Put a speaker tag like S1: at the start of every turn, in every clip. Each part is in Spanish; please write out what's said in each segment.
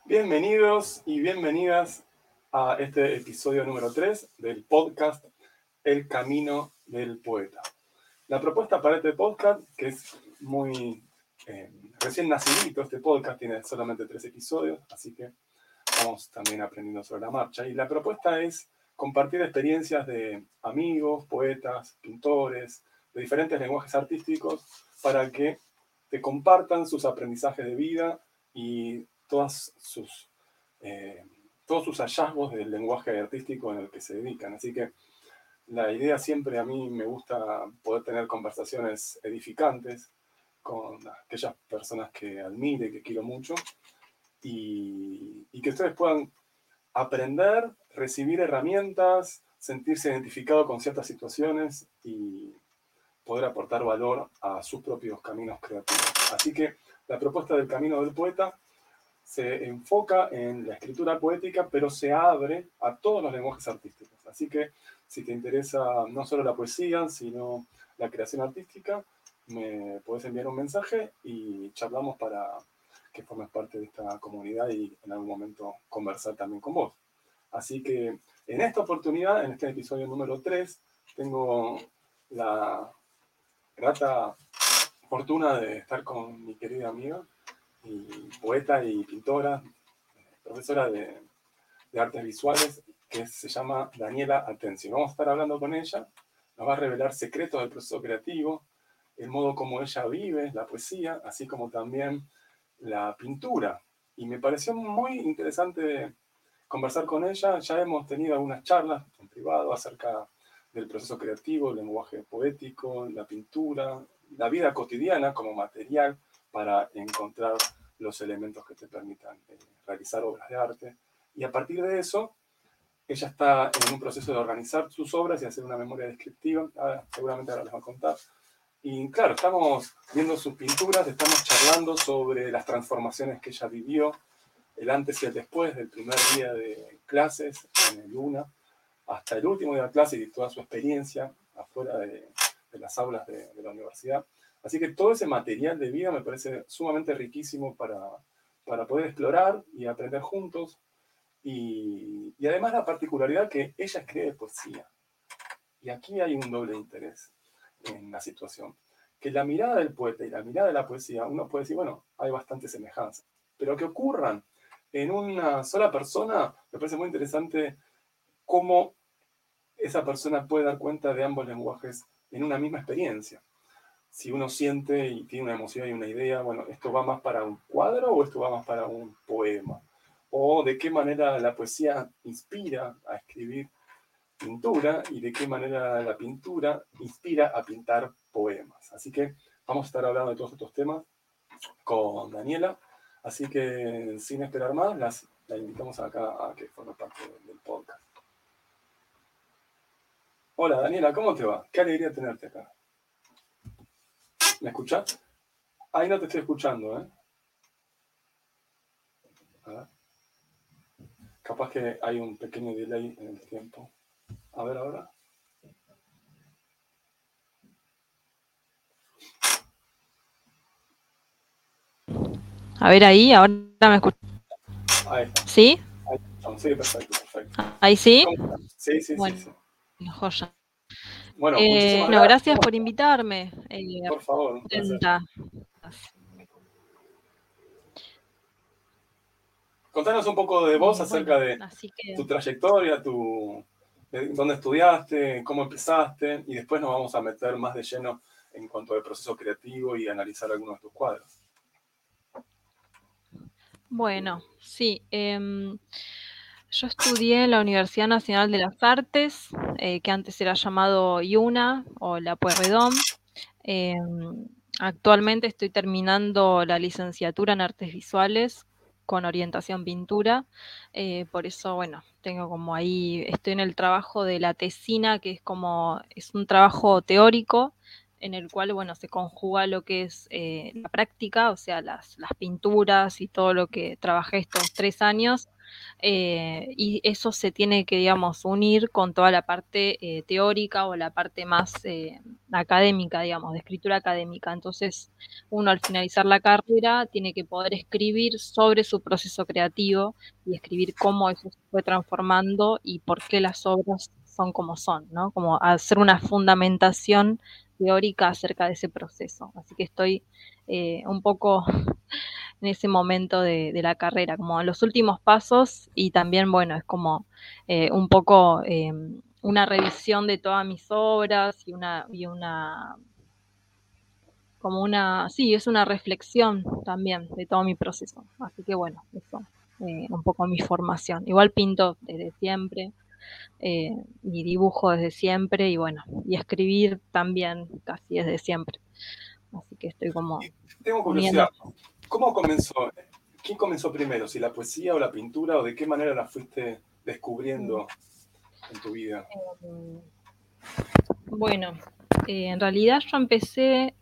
S1: Bienvenidos y bienvenidas a este episodio número 3 del podcast El Camino del Poeta. La propuesta para este podcast, que es muy recién nacidito, este podcast tiene solamente 3 episodios, así que vamos también aprendiendo sobre la marcha. Y la propuesta es compartir experiencias de amigos, poetas, pintores, de diferentes lenguajes artísticos, para que te compartan sus aprendizajes de vida y eh, todos sus hallazgos del lenguaje artístico en el que se dedican. Así que la idea siempre, a mí me gusta poder tener conversaciones edificantes con aquellas personas que admire, que quiero mucho, y que ustedes puedan aprender, recibir herramientas, sentirse identificado con ciertas situaciones y poder aportar valor a sus propios caminos creativos. Así que la propuesta del Camino del Poeta se enfoca en la escritura poética, pero se abre a todos los lenguajes artísticos. Así que si te interesa no solo la poesía, sino la creación artística, me puedes enviar un mensaje y charlamos para que formes parte de esta comunidad y en algún momento conversar también con vos. Así que en esta oportunidad, en este episodio número 3, tengo la grata fortuna de estar con mi querida amiga y poeta y pintora, profesora de artes visuales, que se llama Daniela Atencio. Vamos a estar hablando con ella, nos va a revelar secretos del proceso creativo, el modo como ella vive la poesía, así como también la pintura. Y me pareció muy interesante conversar con ella. Ya hemos tenido algunas charlas en privado acerca del proceso creativo, el lenguaje poético, la pintura, la vida cotidiana como material para encontrar los elementos que te permitan realizar obras de arte. Y a partir de eso, ella está en un proceso de organizar sus obras y hacer una memoria descriptiva. Seguramente ahora les va a contar. Y claro, estamos viendo sus pinturas, estamos charlando sobre las transformaciones que ella vivió, el antes y el después del primer día de clases en el UNA, hasta el último día de clase y toda su experiencia afuera de las aulas de la universidad. Así que todo ese material de vida me parece sumamente riquísimo para poder explorar y aprender juntos. Y además la particularidad que ella escribe poesía. Y aquí hay un doble interés en la situación. Que la mirada del poeta y la mirada de la poesía, uno puede decir, bueno, hay bastante semejanza. Pero que ocurran en una sola persona, me parece muy interesante cómo esa persona puede dar cuenta de ambos lenguajes en una misma experiencia. Si uno siente y tiene una emoción y una idea, bueno, ¿esto va más para un cuadro o esto va más para un poema? O de qué manera la poesía inspira a escribir pintura y de qué manera la pintura inspira a pintar poemas. Así que vamos a estar hablando de todos estos temas con Daniela. Así que sin esperar más, la invitamos acá a que forme parte del podcast. Hola Daniela, ¿cómo te va? Qué alegría tenerte acá. ¿Me escuchás? Ahí no te estoy escuchando, ¿eh? A ver. Capaz que hay un pequeño delay en el tiempo. A ver ahora.
S2: A ver ahí, ahora me escucho.
S1: Ahí está.
S2: ¿Sí?
S1: Ahí estamos. Sí, perfecto, perfecto.
S2: ¿Ahí sí?
S1: ¿Cómo estás? Sí, sí, sí,
S2: Bueno,
S1: sí.
S2: joya.
S1: Bueno, muchísimas
S2: Bueno,
S1: gracias.
S2: gracias por invitarme.
S1: Por favor, un placer.
S2: Atenta.
S1: Contanos un poco de vos
S2: Bueno,
S1: acerca de
S2: así que,
S1: tu trayectoria, de dónde estudiaste, cómo empezaste, y después nos vamos a meter más de lleno en cuanto al proceso creativo y analizar algunos de tus cuadros.
S2: bueno, sí. Yo estudié en la Universidad Nacional de las Artes, que antes era llamado IUNA o la Pueyrredón. Actualmente estoy terminando la licenciatura en Artes Visuales con orientación pintura. Por eso, bueno, tengo como ahí, estoy en el trabajo de la tesina, que es un trabajo teórico en el cual, bueno, se conjuga lo que es la práctica, o sea, las pinturas y todo lo que trabajé estos 3 años y eso se tiene que, digamos, unir con toda la parte teórica o la parte más académica, digamos, de escritura académica. Entonces, uno al finalizar la carrera tiene que poder escribir sobre su proceso creativo y escribir cómo eso se fue transformando y por qué las obras son como son, ¿no? Como hacer una fundamentación teórica acerca de ese proceso. Así que estoy un poco en ese momento de la carrera, como en los últimos pasos y también, bueno, es como un poco una revisión de todas mis obras como una, sí, es una reflexión también de todo mi proceso. Así que bueno, eso, un poco mi formación. Igual pinto desde siempre, y dibujo desde siempre y bueno, y escribir también casi desde siempre. Así que estoy como
S1: Y tengo
S2: uniendo.
S1: curiosidad, ¿cómo comenzó? ¿Quién comenzó primero? ¿Si la poesía o la pintura? ¿O de qué manera la fuiste descubriendo en tu vida?
S2: Mm, Bueno, en realidad yo empecé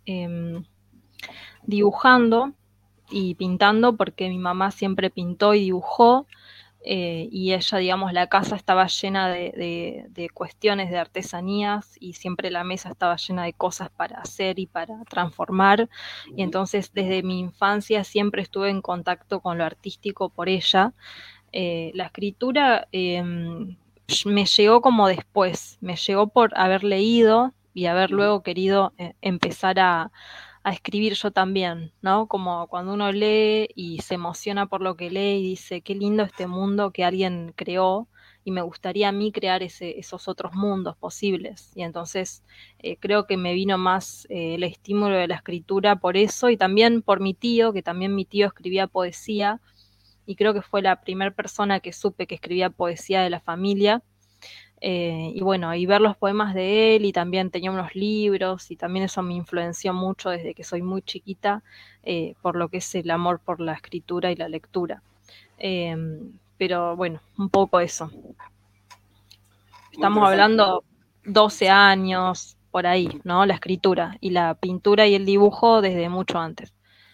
S2: dibujando y pintando porque mi mamá siempre pintó y dibujó, y ella, digamos, la casa estaba llena de cuestiones de artesanías y siempre la mesa estaba llena de cosas para hacer y para transformar. Y
S1: Ujú,
S2: entonces desde mi infancia siempre estuve en contacto con lo artístico por ella. La escritura me llegó como después, me llegó por haber leído y haber
S1: ujú.
S2: luego querido empezar a escribir yo también, ¿no? Como cuando uno lee y se emociona por lo que lee y dice, qué lindo este mundo que alguien creó y me gustaría a mí crear esos otros mundos posibles. Y entonces creo que me vino más el estímulo de la escritura por eso y también por mi tío, que también mi tío escribía poesía y creo que fue la primera persona que supe que escribía poesía de la familia. Y bueno, y ver los poemas de él y también tenía unos libros y también eso me influenció mucho desde que soy muy chiquita, por lo que es el amor por la escritura y la lectura. Eh, pero bueno, un poco eso.
S1: Muy
S2: Estamos
S1: interesante.
S2: hablando 12
S1: Sí.
S2: años por ahí, ¿no? La escritura y la pintura y el dibujo desde mucho antes.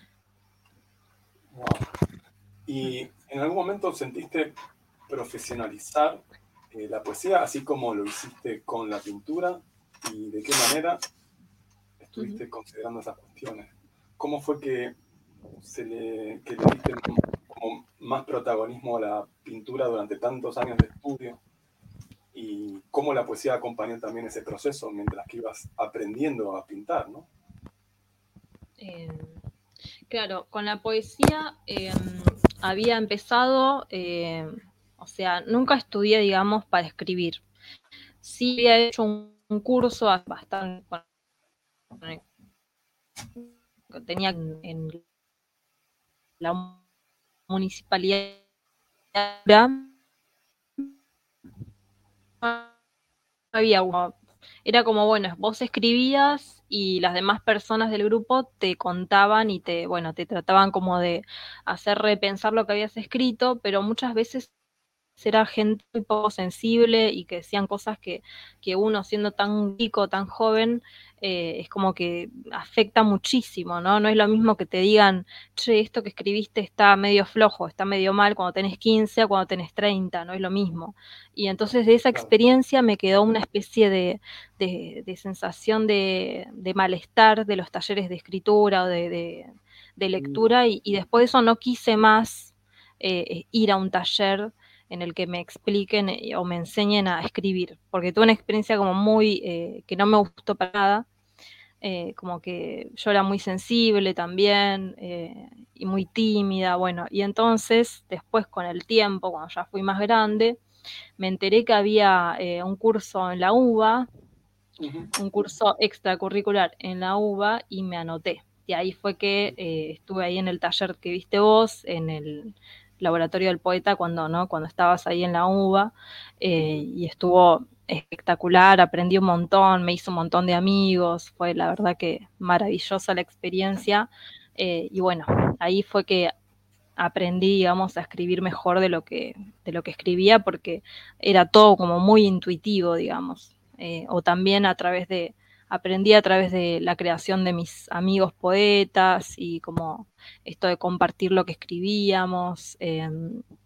S1: Wow. ¿Y en algún momento sentiste profesionalizar la poesía, así como lo hiciste con la pintura? ¿Y de qué manera
S2: Ujú.
S1: estuviste considerando esas cuestiones? ¿Cómo fue que, que le diste como más protagonismo a la pintura durante tantos años de estudio? ¿Y cómo la poesía acompañó también ese proceso mientras que ibas aprendiendo a pintar, ¿no?
S2: Eh, Claro, con la poesía había empezado, o sea, nunca estudié, digamos, para escribir. Sí había hecho un curso bastante, bueno, que tenía en la municipalidad, había uno. Era como, bueno, vos escribías y las demás personas del grupo te contaban y bueno, te trataban como de hacer repensar lo que habías escrito, pero muchas veces era gente muy poco sensible y que decían cosas que uno siendo tan chico, tan joven, es como que afecta muchísimo, ¿no? No es lo mismo que te digan, che, esto que escribiste está medio flojo, está medio mal cuando tenés 15 o cuando tenés 30, no es lo mismo. Y entonces de esa
S1: Claro.
S2: experiencia me quedó una especie de sensación de malestar de los talleres de escritura o de
S1: Mm,
S2: lectura y después de eso no quise más ir a un taller en el que me expliquen o me enseñen a escribir, porque tuve una experiencia como muy, que no me gustó para nada, como que yo era muy sensible también y muy tímida, bueno, y entonces después con el tiempo, cuando ya fui más grande, me enteré que había un curso en la UBA,
S1: ujú.
S2: un curso extracurricular en la UBA y me anoté. Y ahí fue que estuve ahí en el taller que viste vos, en el laboratorio del poeta, cuando, ¿no? Cuando estabas ahí en la UBA, y estuvo espectacular, aprendí un montón, me hizo un montón de amigos, fue la verdad que maravillosa la experiencia. Y bueno, ahí fue que aprendí, digamos, a escribir mejor de lo que escribía, porque era todo como muy intuitivo, digamos. O también aprendí a través de la creación de mis amigos poetas y como esto de compartir lo que escribíamos.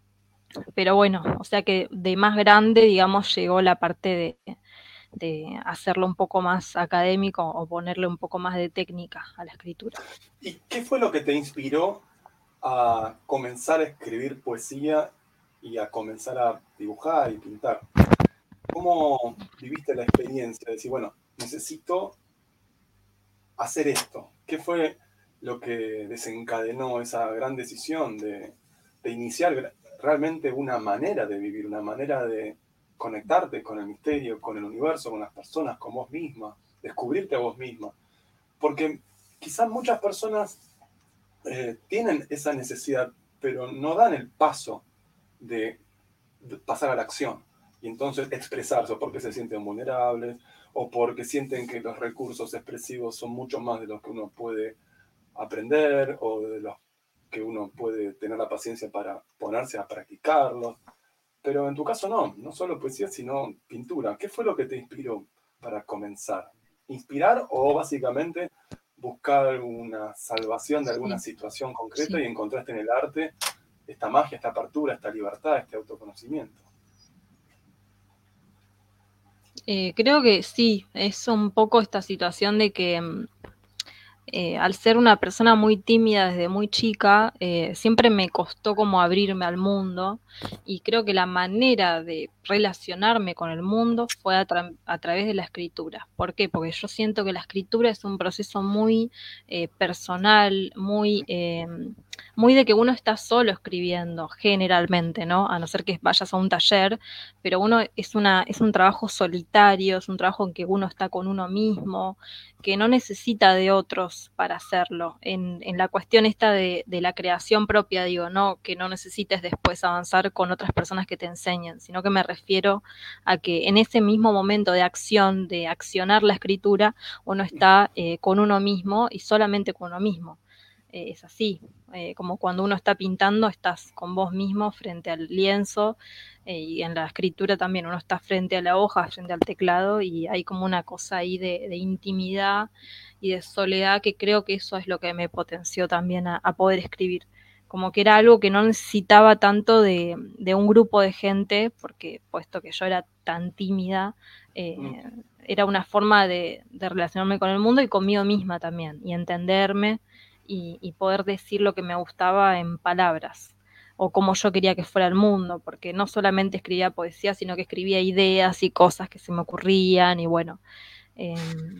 S2: Pero bueno, o sea que de más grande, digamos, llegó la parte de hacerlo un poco más académico o ponerle un poco más de técnica a la escritura.
S1: ¿Y qué fue lo que te inspiró a comenzar a escribir poesía y a comenzar a dibujar y pintar? ¿Cómo viviste la experiencia de decir, bueno, necesito hacer esto? ¿Qué fue lo que desencadenó esa gran decisión de iniciar realmente una manera de vivir, una manera de conectarte con el misterio, con el universo, con las personas, con vos misma, descubrirte a vos misma? Porque quizás muchas personas tienen esa necesidad, pero no dan el paso de pasar a la acción y entonces expresarse, o porque se sienten vulnerables, o porque sienten que los recursos expresivos son mucho más de los que uno puede aprender, o de los que uno puede tener la paciencia para ponerse a practicarlos. Pero en tu caso no, no solo poesía, sino pintura. ¿Qué fue lo que te inspiró para comenzar? ¿Inspirar o básicamente buscar una salvación de alguna
S2: Sí,
S1: situación concreta
S2: sí.
S1: y encontraste en el arte esta magia, esta apertura, esta libertad, este autoconocimiento?
S2: Creo que sí, es un poco esta situación de que al ser una persona muy tímida desde muy chica, siempre me costó como abrirme al mundo y creo que la manera de relacionarme con el mundo fue a través de la escritura. ¿Por qué? Porque yo siento que la escritura es un proceso muy personal, muy de que uno está solo escribiendo, generalmente, ¿no? A no ser que vayas a un taller, pero uno es un trabajo solitario, es un trabajo en que uno está con uno mismo, que no necesita de otros para hacerlo. En la cuestión esta de la creación propia, digo, no que no necesites después avanzar con otras personas que te enseñen, sino que me refiero a que en ese mismo momento de acción, de accionar la escritura, uno está con uno mismo y solamente con uno mismo. Es así, como cuando uno está pintando, estás con vos mismo frente al lienzo, y en la escritura también uno está frente a la hoja, frente al teclado, y hay como una cosa ahí de intimidad y de soledad, que creo que eso es lo que me potenció también a poder escribir. Como que era algo que no necesitaba tanto de un grupo de gente, porque puesto que yo era tan tímida,
S1: Mm.
S2: era una forma de relacionarme con el mundo y conmigo misma también, y entenderme y poder decir lo que me gustaba en palabras o cómo yo quería que fuera el mundo, porque no solamente escribía poesía, sino que escribía ideas y cosas que se me ocurrían y bueno, eh,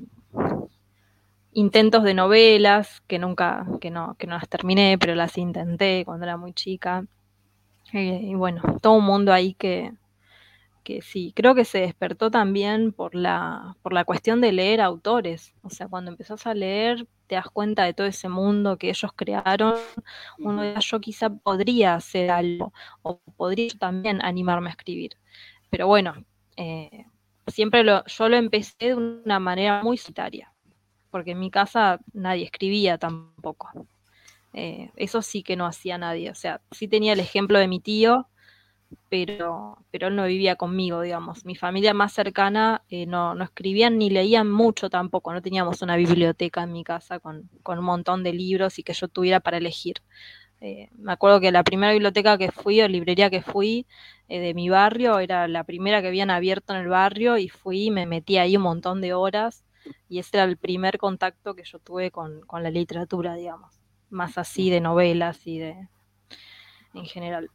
S2: intentos de novelas que no las terminé, pero las intenté cuando era muy chica. Y bueno, todo un mundo ahí que sí, creo que se despertó también por la cuestión de leer autores. O sea, cuando empezás a leer, te das cuenta de todo ese mundo que ellos crearon. Uno
S1: Ujú.
S2: dice, yo quizá podría hacer algo, o podría yo también animarme a escribir. Pero bueno, eh, yo lo empecé de una manera muy solitaria, porque en mi casa nadie escribía tampoco. Eso sí que no hacía nadie. O sea, sí tenía el ejemplo de mi tío, pero él no vivía conmigo, digamos. Mi familia más cercana no escribían ni leían mucho tampoco, no teníamos una biblioteca en mi casa con un montón de libros y que yo tuviera para elegir. Me acuerdo que la primera biblioteca que fui o librería que fui de mi barrio era la primera que habían abierto en el barrio y fui y me metí ahí un montón de horas y ese era el primer contacto que yo tuve con la literatura, digamos, más así de novelas y de en general.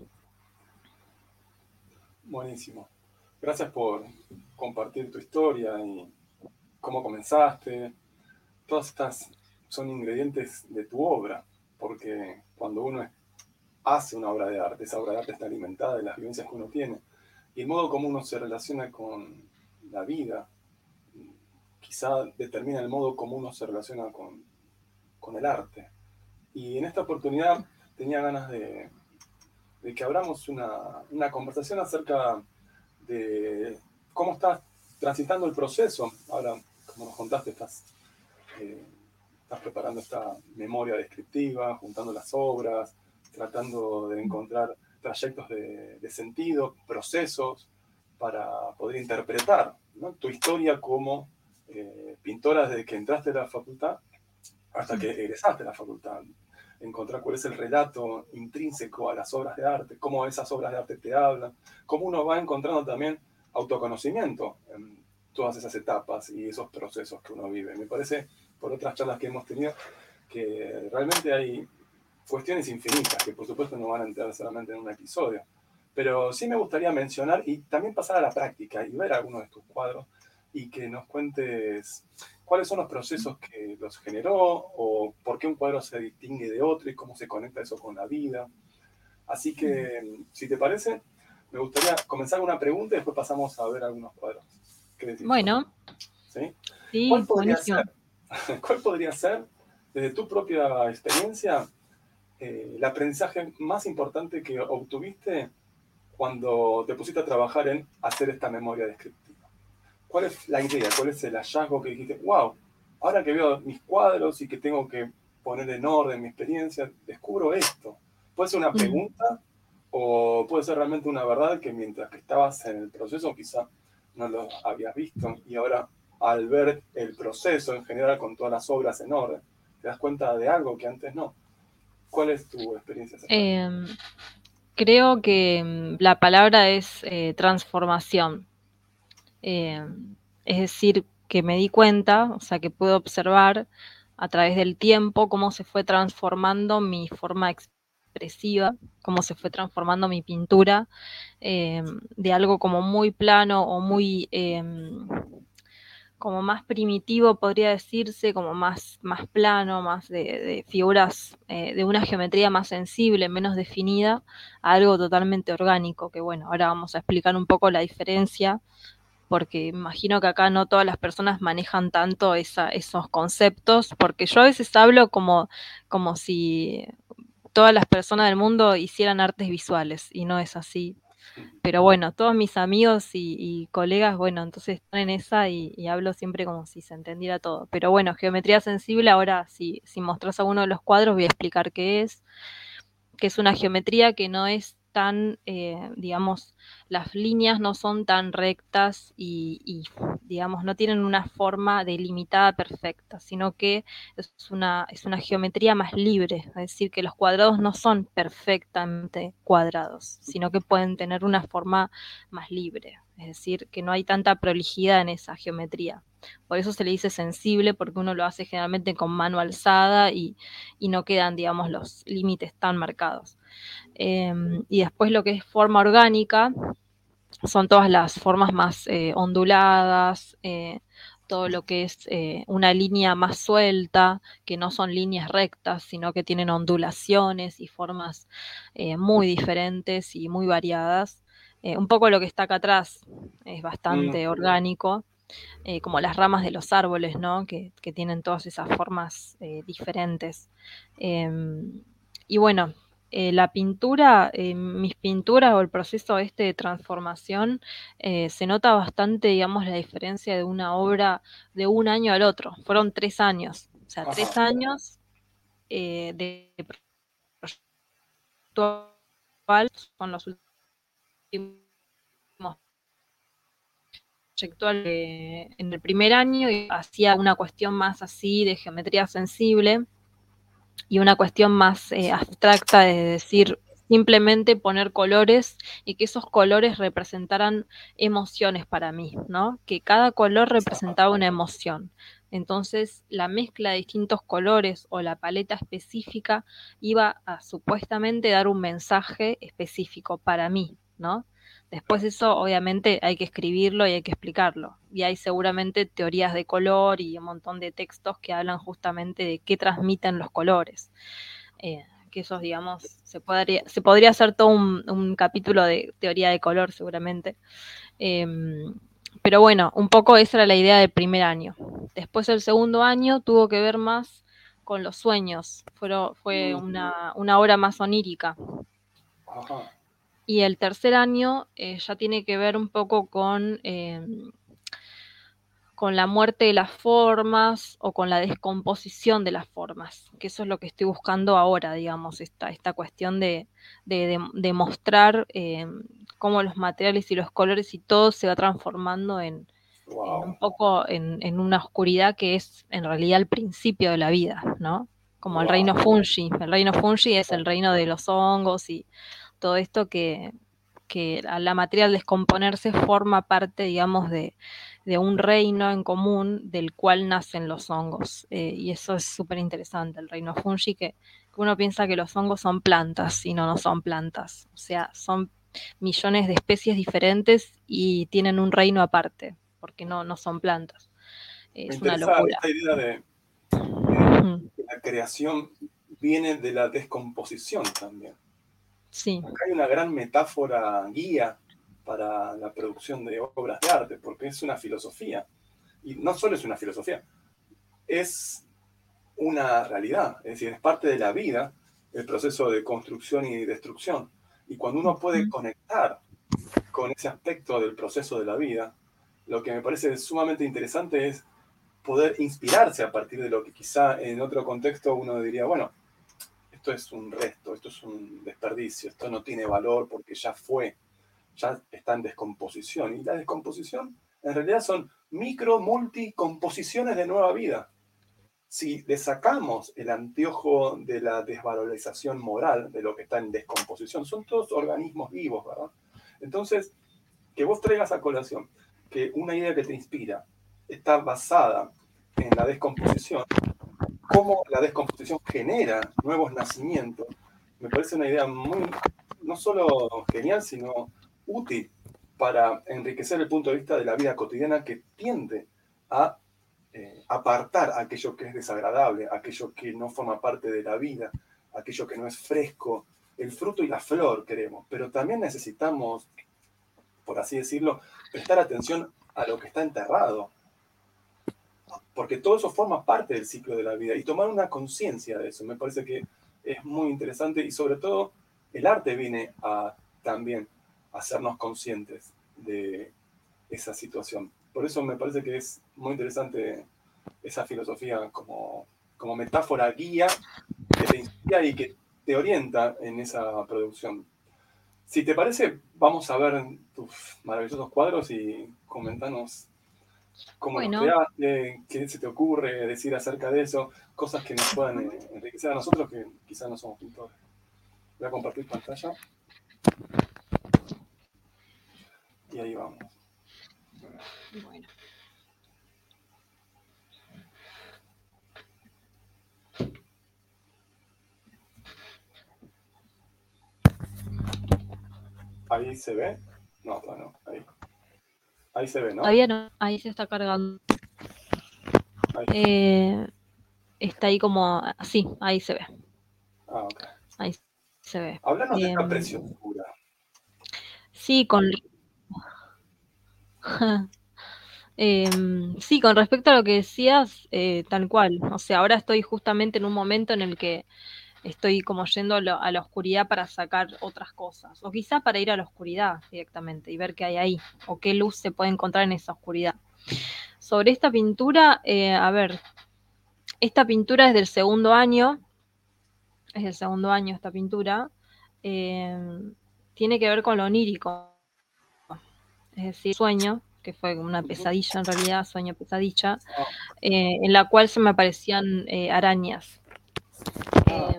S1: Buenísimo. Gracias por compartir tu historia y cómo comenzaste. Todas estas son ingredientes de tu obra, porque cuando uno hace una obra de arte, esa obra de arte está alimentada de las vivencias que uno tiene. Y el modo como uno se relaciona con la vida, quizá determina el modo como uno se relaciona con el arte. Y en esta oportunidad tenía ganas de que abramos una conversación acerca de cómo estás transitando el proceso. Ahora, como nos contaste, eh, estás preparando esta memoria descriptiva, juntando las obras, tratando de encontrar trayectos de sentido, procesos para poder interpretar, ¿no?, tu historia como pintora desde que entraste a la facultad hasta que egresaste de la facultad. encontrar cuál es el relato intrínseco a las obras de arte, cómo esas obras de arte te hablan, cómo uno va encontrando también autoconocimiento en todas esas etapas y esos procesos que uno vive. Me parece, por otras charlas que hemos tenido, que realmente hay cuestiones infinitas que por supuesto no van a entrar solamente en un episodio. Pero sí me gustaría mencionar y también pasar a la práctica y ver algunos de tus cuadros y que nos cuentes cuáles son los procesos que los generó o por qué un cuadro se distingue de otro y cómo se conecta eso con la vida. Así que, si te parece, me gustaría comenzar con una pregunta y después pasamos a ver algunos cuadros. ¿Qué decís?
S2: Bueno,
S1: ¿Sí? ¿Cuál
S2: sí,
S1: podría
S2: buenísimo.
S1: ser, cuál podría ser, desde tu propia experiencia, el aprendizaje más importante que obtuviste cuando te pusiste a trabajar en hacer esta memoria descriptiva? ¿Cuál es la idea? ¿Cuál es el hallazgo que dijiste, wow, ahora que veo mis cuadros y que tengo que poner en orden mi experiencia, descubro esto? Puede ser una
S2: Mm.
S1: pregunta o puede ser realmente una verdad que mientras que estabas en el proceso quizá no lo habías visto y ahora al ver el proceso en general con todas las obras en orden, te das cuenta de algo que antes no. ¿Cuál es tu experiencia cercana?
S2: Em, Creo que la palabra es transformación. Es decir, que me di cuenta, o sea, que puedo observar a través del tiempo cómo se fue transformando mi forma expresiva, cómo se fue transformando mi pintura, de algo como muy plano o muy como más primitivo, podría decirse, como más plano, más de figuras, de una geometría más sensible, menos definida, a algo totalmente orgánico, que bueno, ahora vamos a explicar un poco la diferencia, porque imagino que acá no todas las personas manejan tanto esos conceptos, porque yo a veces hablo como si todas las personas del mundo hicieran artes visuales, y no es así. Pero bueno, todos mis amigos y colegas, bueno, entonces están en esa y hablo siempre como si se entendiera todo. Pero bueno, geometría sensible, ahora si mostrás a uno de los cuadros voy a explicar qué es, que es una geometría que no es tan, digamos, las líneas no son tan rectas digamos, no tienen una forma delimitada perfecta, sino que es una geometría más libre, es decir, que los cuadrados no son perfectamente cuadrados, sino que pueden tener una forma más libre, es decir, que no hay tanta prolijidad en esa geometría. Por eso se le dice sensible, porque uno lo hace generalmente con mano alzada y no quedan, digamos, los límites tan marcados. Y después lo que es forma orgánica son todas las formas más onduladas, todo lo que es una línea más suelta, que no son líneas rectas, sino que tienen ondulaciones y formas muy diferentes y muy variadas. Un poco lo que está acá atrás es
S1: Mm,
S2: bastante orgánico, como las ramas de los árboles, ¿no? Que tienen todas esas formas diferentes. Eh, y bueno, la pintura, mis pinturas o el proceso este de transformación, se nota bastante, digamos, la diferencia de una obra de un año al otro. Fueron 3 años, o sea,
S1: ajá.
S2: 3 años de proyecto actual, son los últimos proyectual en el primer año y hacía una cuestión más así de geometría sensible y una cuestión más abstracta de decir simplemente poner colores y que esos colores representaran emociones para mí, ¿no? Que cada color representaba una emoción. Entonces, la mezcla de distintos colores o la paleta específica iba a supuestamente dar un mensaje específico para mí, ¿no? Después eso obviamente hay que escribirlo y hay que explicarlo. Y hay seguramente teorías de color y un montón de textos que hablan justamente de qué transmiten los colores. Que esos, digamos, se podría hacer todo un capítulo de teoría de color seguramente. Eh, pero bueno, un poco esa era la idea del primer año. Después el segundo año tuvo que ver más con los sueños. Fue
S1: Mm,
S2: una obra más onírica.
S1: ajá.
S2: Y el tercer año ya tiene que ver un poco con la muerte de las formas o con la descomposición de las formas, que eso es lo que estoy buscando ahora, digamos, esta cuestión de mostrar cómo los materiales y los colores y todo se va transformando en un
S1: Wow.
S2: poco en una oscuridad que es en realidad el principio de la vida, ¿no? como el
S1: Wow.
S2: reino fungi. El reino fungi es el reino de los hongos y todo esto que la materia al descomponerse forma parte, digamos, de un reino en común del cual nacen los hongos. Y eso es súper interesante, el reino fungi, que uno piensa que los hongos son plantas y no son plantas. O sea, son millones de especies diferentes y tienen un reino aparte, porque no son plantas.
S1: Me
S2: Es una
S1: interesa
S2: locura.
S1: esta idea de
S2: Ujú.
S1: que la creación viene de la descomposición también.
S2: Sí.
S1: Acá hay una gran metáfora guía para la producción de obras de arte, porque es una filosofía. Y no solo es una filosofía, es una realidad, es decir, es parte de la vida el proceso de construcción y destrucción. Y cuando uno puede
S2: Ujú.
S1: conectar con ese aspecto del proceso de la vida, lo que me parece sumamente interesante es poder inspirarse a partir de lo que quizá en otro contexto uno diría, bueno, esto es un resto, esto es un desperdicio, esto no tiene valor porque ya fue, ya está en descomposición. Y la descomposición en realidad son micro multicomposiciones de nueva vida. Si le sacamos el anteojo de la desvalorización moral de lo que está en descomposición, son todos organismos vivos, ¿verdad? Entonces, que vos traigas a colación que una idea que te inspira está basada en la descomposición, cómo la descomposición genera nuevos nacimientos, me parece una idea muy, no solo genial, sino útil para enriquecer el punto de vista de la vida cotidiana que tiende a apartar aquello que es desagradable, aquello que no forma parte de la vida, aquello que no es fresco. El fruto y la flor queremos, pero también necesitamos, por así decirlo, prestar atención a lo que está enterrado, porque todo eso forma parte del ciclo de la vida y tomar una conciencia de eso me parece que es muy interesante y sobre todo el arte viene a también hacernos conscientes de esa situación. Por eso me parece que es muy interesante esa filosofía como metáfora guía que te inspira y que te orienta en esa producción. Si te parece, vamos a ver tus maravillosos cuadros y comentanos cómo los
S2: Bueno,
S1: creaste, qué se te ocurre decir acerca de eso, cosas que nos puedan enriquecer a nosotros que quizás no somos pintores. Voy a compartir pantalla y ahí vamos.
S2: bueno.
S1: Ahí se ve. No, bueno, ahí se ve, ¿no?
S2: Todavía no, ahí se está cargando.
S1: Ahí.
S2: Está ahí como, sí, ahí se ve,
S1: Ah, ok.
S2: ahí se ve.
S1: Háblanos de esta preciosura.
S2: Sí, sí, con respecto a lo que decías, tal cual. O sea, ahora estoy justamente en un momento en el que estoy como yendo a la oscuridad para sacar otras cosas, o quizá para ir a la oscuridad directamente y ver qué hay ahí, o qué luz se puede encontrar en esa oscuridad. Sobre esta pintura, a ver, esta pintura es del segundo año, es del segundo año esta pintura, eh, tiene que ver con lo onírico, es decir, sueño, que fue una
S1: Ujú.
S2: pesadilla en realidad, sueño pesadilla,
S1: Ah,
S2: en la cual se me aparecían arañas.
S1: ah,
S2: Eh,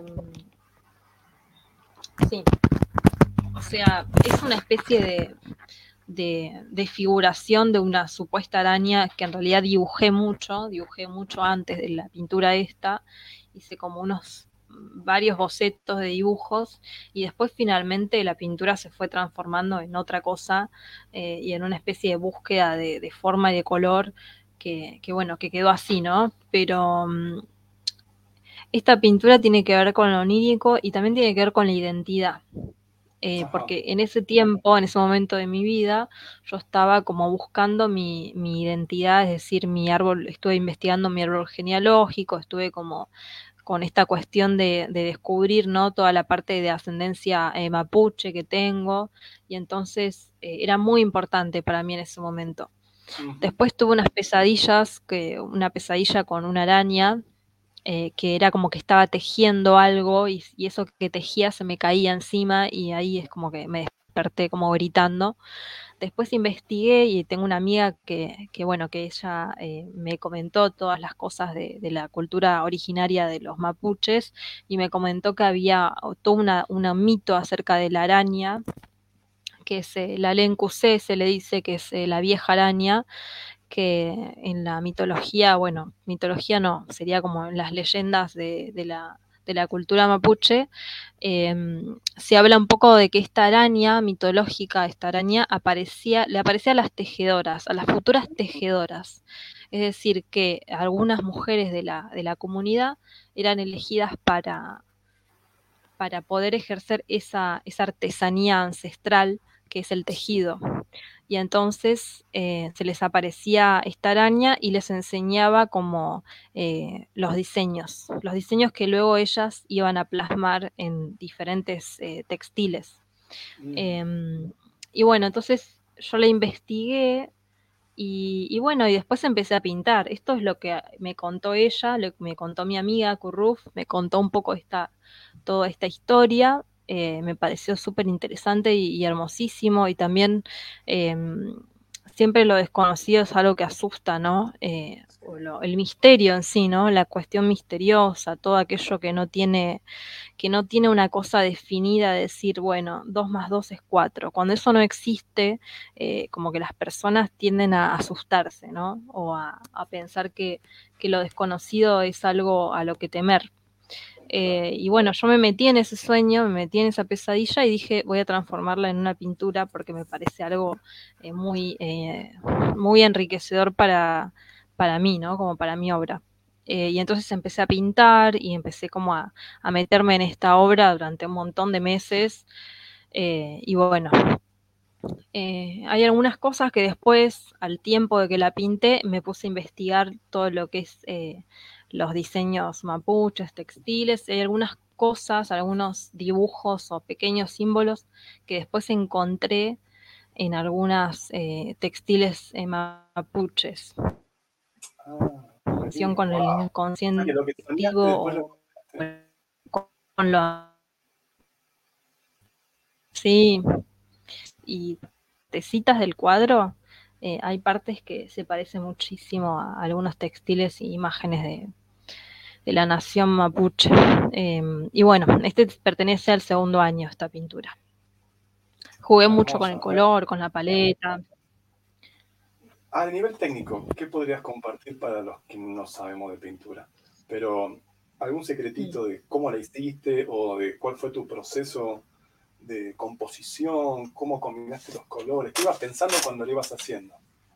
S2: sí, o sea, es una especie de figuración de una supuesta araña que en realidad dibujé mucho antes de la pintura esta, hice como unos varios bocetos de dibujos y después finalmente la pintura se fue transformando en otra cosa y en una especie de búsqueda de forma y de color que bueno, que quedó así, ¿no? Pero esta pintura tiene que ver con lo onírico y también tiene que ver con la identidad.
S1: ajá.
S2: Porque en ese tiempo, en ese momento de mi vida, yo estaba como buscando mi identidad, es decir, mi árbol, estuve investigando mi árbol genealógico, estuve como con esta cuestión de descubrir, ¿no? Toda la parte de ascendencia mapuche que tengo, y entonces era muy importante para mí en ese momento.
S1: Ujú.
S2: Después tuve unas pesadillas, una pesadilla con una araña, que era como que estaba tejiendo algo y eso que tejía se me caía encima y ahí es como que me desperté como gritando. Después investigué y tengo una amiga que bueno, que ella me comentó todas las cosas de la cultura originaria de los mapuches y me comentó que había todo un mito acerca de la araña, que es la Lencusé, se le dice que es la vieja araña, que en la mitología, bueno, mitología no, sería como en las leyendas de la cultura mapuche, se habla un poco de que esta araña mitológica, esta araña, le aparecía a las tejedoras, a las futuras tejedoras. Es decir, que algunas mujeres de la comunidad eran elegidas para poder ejercer esa artesanía ancestral que es el tejido. Y entonces se les aparecía esta araña y les enseñaba como los diseños que luego ellas iban a plasmar en diferentes textiles.
S1: Mm.
S2: Eh, y bueno, entonces yo la investigué y bueno, y después empecé a pintar. Esto es lo que me contó ella, lo que me contó mi amiga Curruf, me contó un poco toda esta historia. Me pareció súper interesante y hermosísimo. Y también eh, siempre lo desconocido es algo que asusta, ¿no? El misterio en sí, ¿no? La cuestión misteriosa, todo aquello que no tiene una cosa definida de decir, bueno, 2 más 2 es 4. Cuando eso no existe, como que las personas tienden a asustarse, ¿no? O a pensar que lo desconocido es algo a lo que temer. Y bueno, yo me metí en ese sueño, me metí en esa pesadilla y dije, voy a transformarla en una pintura porque me parece algo muy enriquecedor para mí, ¿no? Como para mi obra. Y entonces empecé a pintar y empecé como a meterme en esta obra durante un montón de meses. Y bueno, hay algunas cosas que después, al tiempo de que la pinté, me puse a investigar todo lo que es los diseños mapuches, textiles. Hay algunas cosas, algunos dibujos o pequeños símbolos que después encontré en algunas textiles mapuches.
S1: Ah,
S2: Relación
S1: buenísimo.
S2: con el
S1: Wow. O sea que
S2: inconsciente
S1: lo que soñaste después lo
S2: colectivo o
S1: encontraste.
S2: con lo... Sí, y tecitas del cuadro, hay partes que se parecen muchísimo a algunos textiles y imágenes de la nación mapuche. Y bueno, este pertenece al segundo año, esta pintura. Jugué mucho con el
S1: Hermoso.
S2: color, con la paleta.
S1: A nivel técnico, ¿qué podrías compartir para los que no sabemos de pintura? Pero algún secretito de cómo la hiciste o de cuál fue tu proceso de composición, cómo combinaste los colores, qué ibas pensando cuando lo ibas haciendo.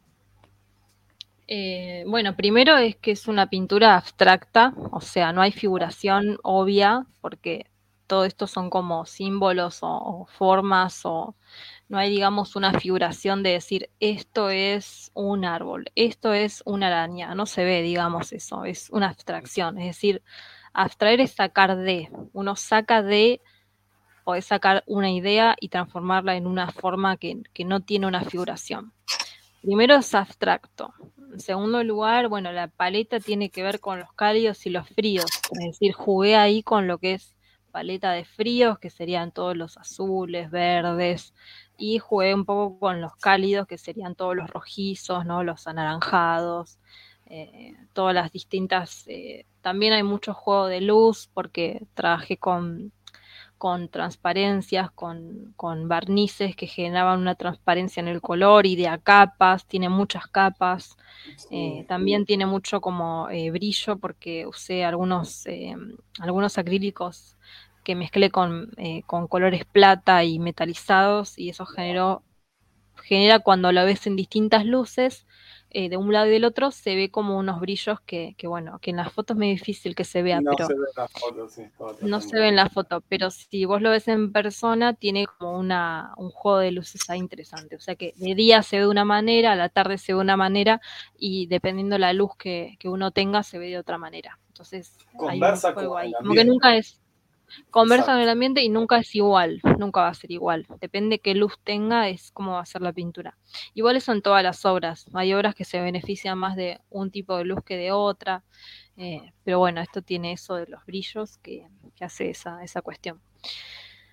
S2: Bueno, primero es que es una pintura abstracta, o sea, no hay figuración obvia, porque todo esto son como símbolos o formas, o no hay, digamos, una figuración de decir esto es un árbol, esto es una araña, no se ve, digamos, eso, es una abstracción, es decir, abstraer es sacar de, uno saca de, podés sacar una idea y transformarla en una forma que no tiene una figuración. Primero es abstracto. En segundo lugar, bueno, la paleta tiene que ver con los cálidos y los fríos. Es decir, jugué ahí con lo que es paleta de fríos, que serían todos los azules, verdes, y jugué un poco con los cálidos, que serían todos los rojizos, ¿no? Los anaranjados, todas las distintas. También hay mucho juego de luz, porque trabajé con transparencias, con barnices que generaban una transparencia en el color y de a capas, tiene muchas capas.
S1: Sí.
S2: También tiene mucho como brillo porque usé algunos acrílicos que mezclé con colores plata y metalizados y eso genera cuando lo ves en distintas luces, de un lado y del otro, se ve como unos brillos bueno, que en las fotos es muy difícil que se vea,
S1: No se
S2: pero
S1: ve la foto, sí, estaba
S2: no
S1: tratando
S2: se ve
S1: de...
S2: en la foto, pero si vos lo ves en persona, tiene como un juego de luces ahí interesante. O sea que de día se ve de una manera, a la tarde se ve de una manera, y dependiendo la luz que uno tenga, se ve de otra manera. Entonces hay un
S1: Conversa
S2: juego
S1: con el
S2: ahí. Como que
S1: ambiente.
S2: nunca es, conversa con
S1: Exacto.
S2: el ambiente y nunca es igual, nunca va a ser igual. Depende qué luz tenga, es cómo va a ser la pintura. Igual eso en todas las obras. Hay obras que se benefician más de un tipo de luz que de otra. Pero bueno, esto tiene eso de los brillos que hace esa cuestión.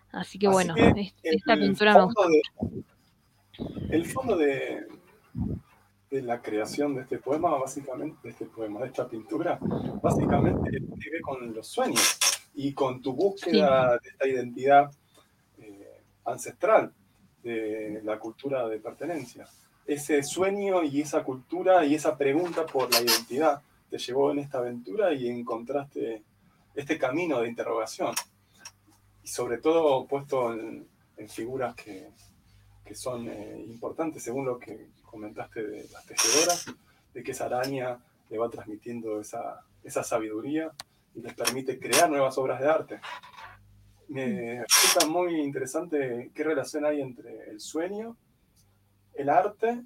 S2: Así que
S1: Así
S2: bueno,
S1: que
S2: esta
S1: el
S2: pintura me
S1: fondo
S2: gusta
S1: de,
S2: mucho.
S1: el fondo de la creación de este poema, básicamente, de esta pintura, básicamente tiene que ver con los sueños y con tu
S2: Sí.
S1: búsqueda de esta identidad ancestral, de la cultura de pertenencia. Ese sueño y esa cultura y esa pregunta por la identidad te llevó en esta aventura y encontraste este camino de interrogación. Y sobre todo puesto en figuras que son importantes, según lo que comentaste de las tejedoras, de que esa araña le va transmitiendo esa sabiduría y les permite crear nuevas obras de arte. Me resulta muy interesante qué relación hay entre el sueño, el arte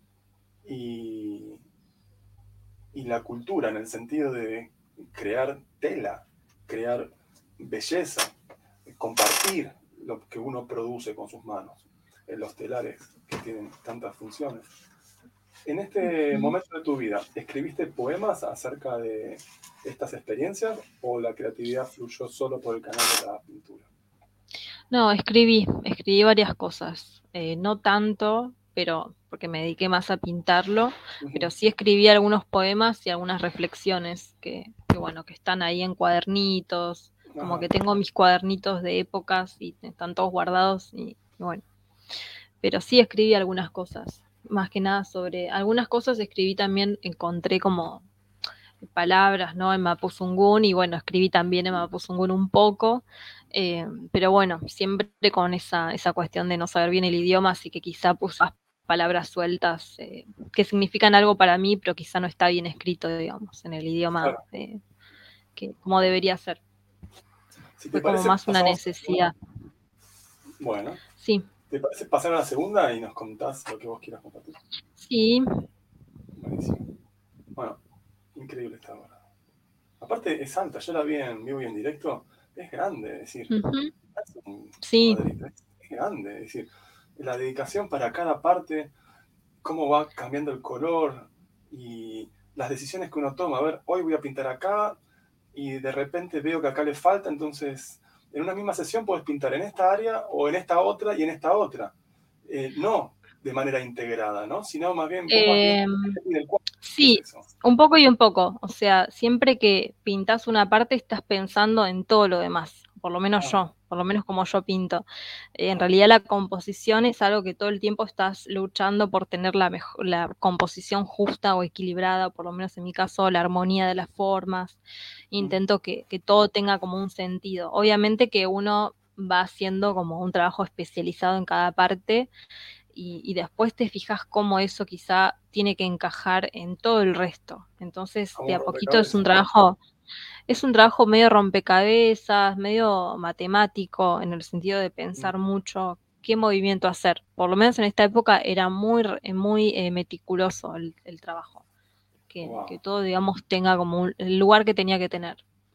S1: y, y la cultura, en el sentido de crear tela, crear belleza, compartir lo que uno produce con sus manos, en los telares que tienen tantas funciones. En este
S2: Ujú.
S1: momento de tu vida, ¿escribiste poemas acerca de estas experiencias o la creatividad fluyó solo por el canal de la pintura?
S2: No, escribí varias cosas. No tanto, pero porque me dediqué más a pintarlo, pero
S1: Ujú.
S2: sí escribí algunos poemas y algunas reflexiones bueno, que están ahí en cuadernitos, como
S1: Ajá.
S2: que tengo mis cuadernitos de épocas y están todos guardados y bueno, pero sí escribí algunas cosas, más que nada sobre algunas cosas escribí también, encontré como palabras, ¿no? En Mapuzungún y bueno, escribí también en Mapuzungún un poco, pero bueno, siempre con esa cuestión de no saber bien el idioma, así que quizá puse palabras sueltas que significan algo para mí, pero quizá no está bien escrito, digamos, en el idioma
S1: Claro.
S2: que como debería ser.
S1: Si te
S2: Fue como
S1: parece,
S2: más una
S1: pasamos a la segunda.
S2: necesidad.
S1: Bueno,
S2: Sí,
S1: ¿te parece pasar a la segunda y nos contás lo que vos quieras compartir?
S2: sí.
S1: Buenísimo. Bueno, increíble esta obra. Aparte es alta, yo la vi en vivo y en directo, es grande, es decir,
S2: Ujú.
S1: es un
S2: Sí,
S1: cuadrito, es grande, es decir, la dedicación para cada parte, cómo va cambiando el color y las decisiones que uno toma. A ver, hoy voy a pintar acá y de repente veo que acá le falta, entonces en una misma sesión puedes pintar en esta área o en esta otra y en esta otra. No de manera integrada, ¿no? Sino más bien, vos vas viendo
S2: eh,
S1: qué te pide el cuadro. ¿Qué es
S2: sí,
S1: eso?
S2: un poco y un poco. O sea, siempre que pintas una parte estás pensando en todo lo demás. Por lo menos
S1: Ah,
S2: yo, por lo menos como yo pinto. En
S1: ah,
S2: realidad la composición es algo que todo el tiempo estás luchando por tener la composición justa o equilibrada, por lo menos en mi caso, la armonía de las formas.
S1: mm,
S2: Intento que todo tenga como un sentido. Obviamente que uno va haciendo como un trabajo especializado en cada parte y después te fijas cómo eso quizá tiene que encajar en todo el resto. Entonces,
S1: como
S2: de
S1: un
S2: a poquito
S1: rompecabezas.
S2: es un trabajo medio rompecabezas, medio matemático, en el sentido de
S1: Mm,
S2: pensar mucho qué movimiento hacer. Por lo menos en esta época era muy meticuloso el trabajo, que
S1: wow,
S2: todo, digamos, tenga como el lugar que tenía que tener.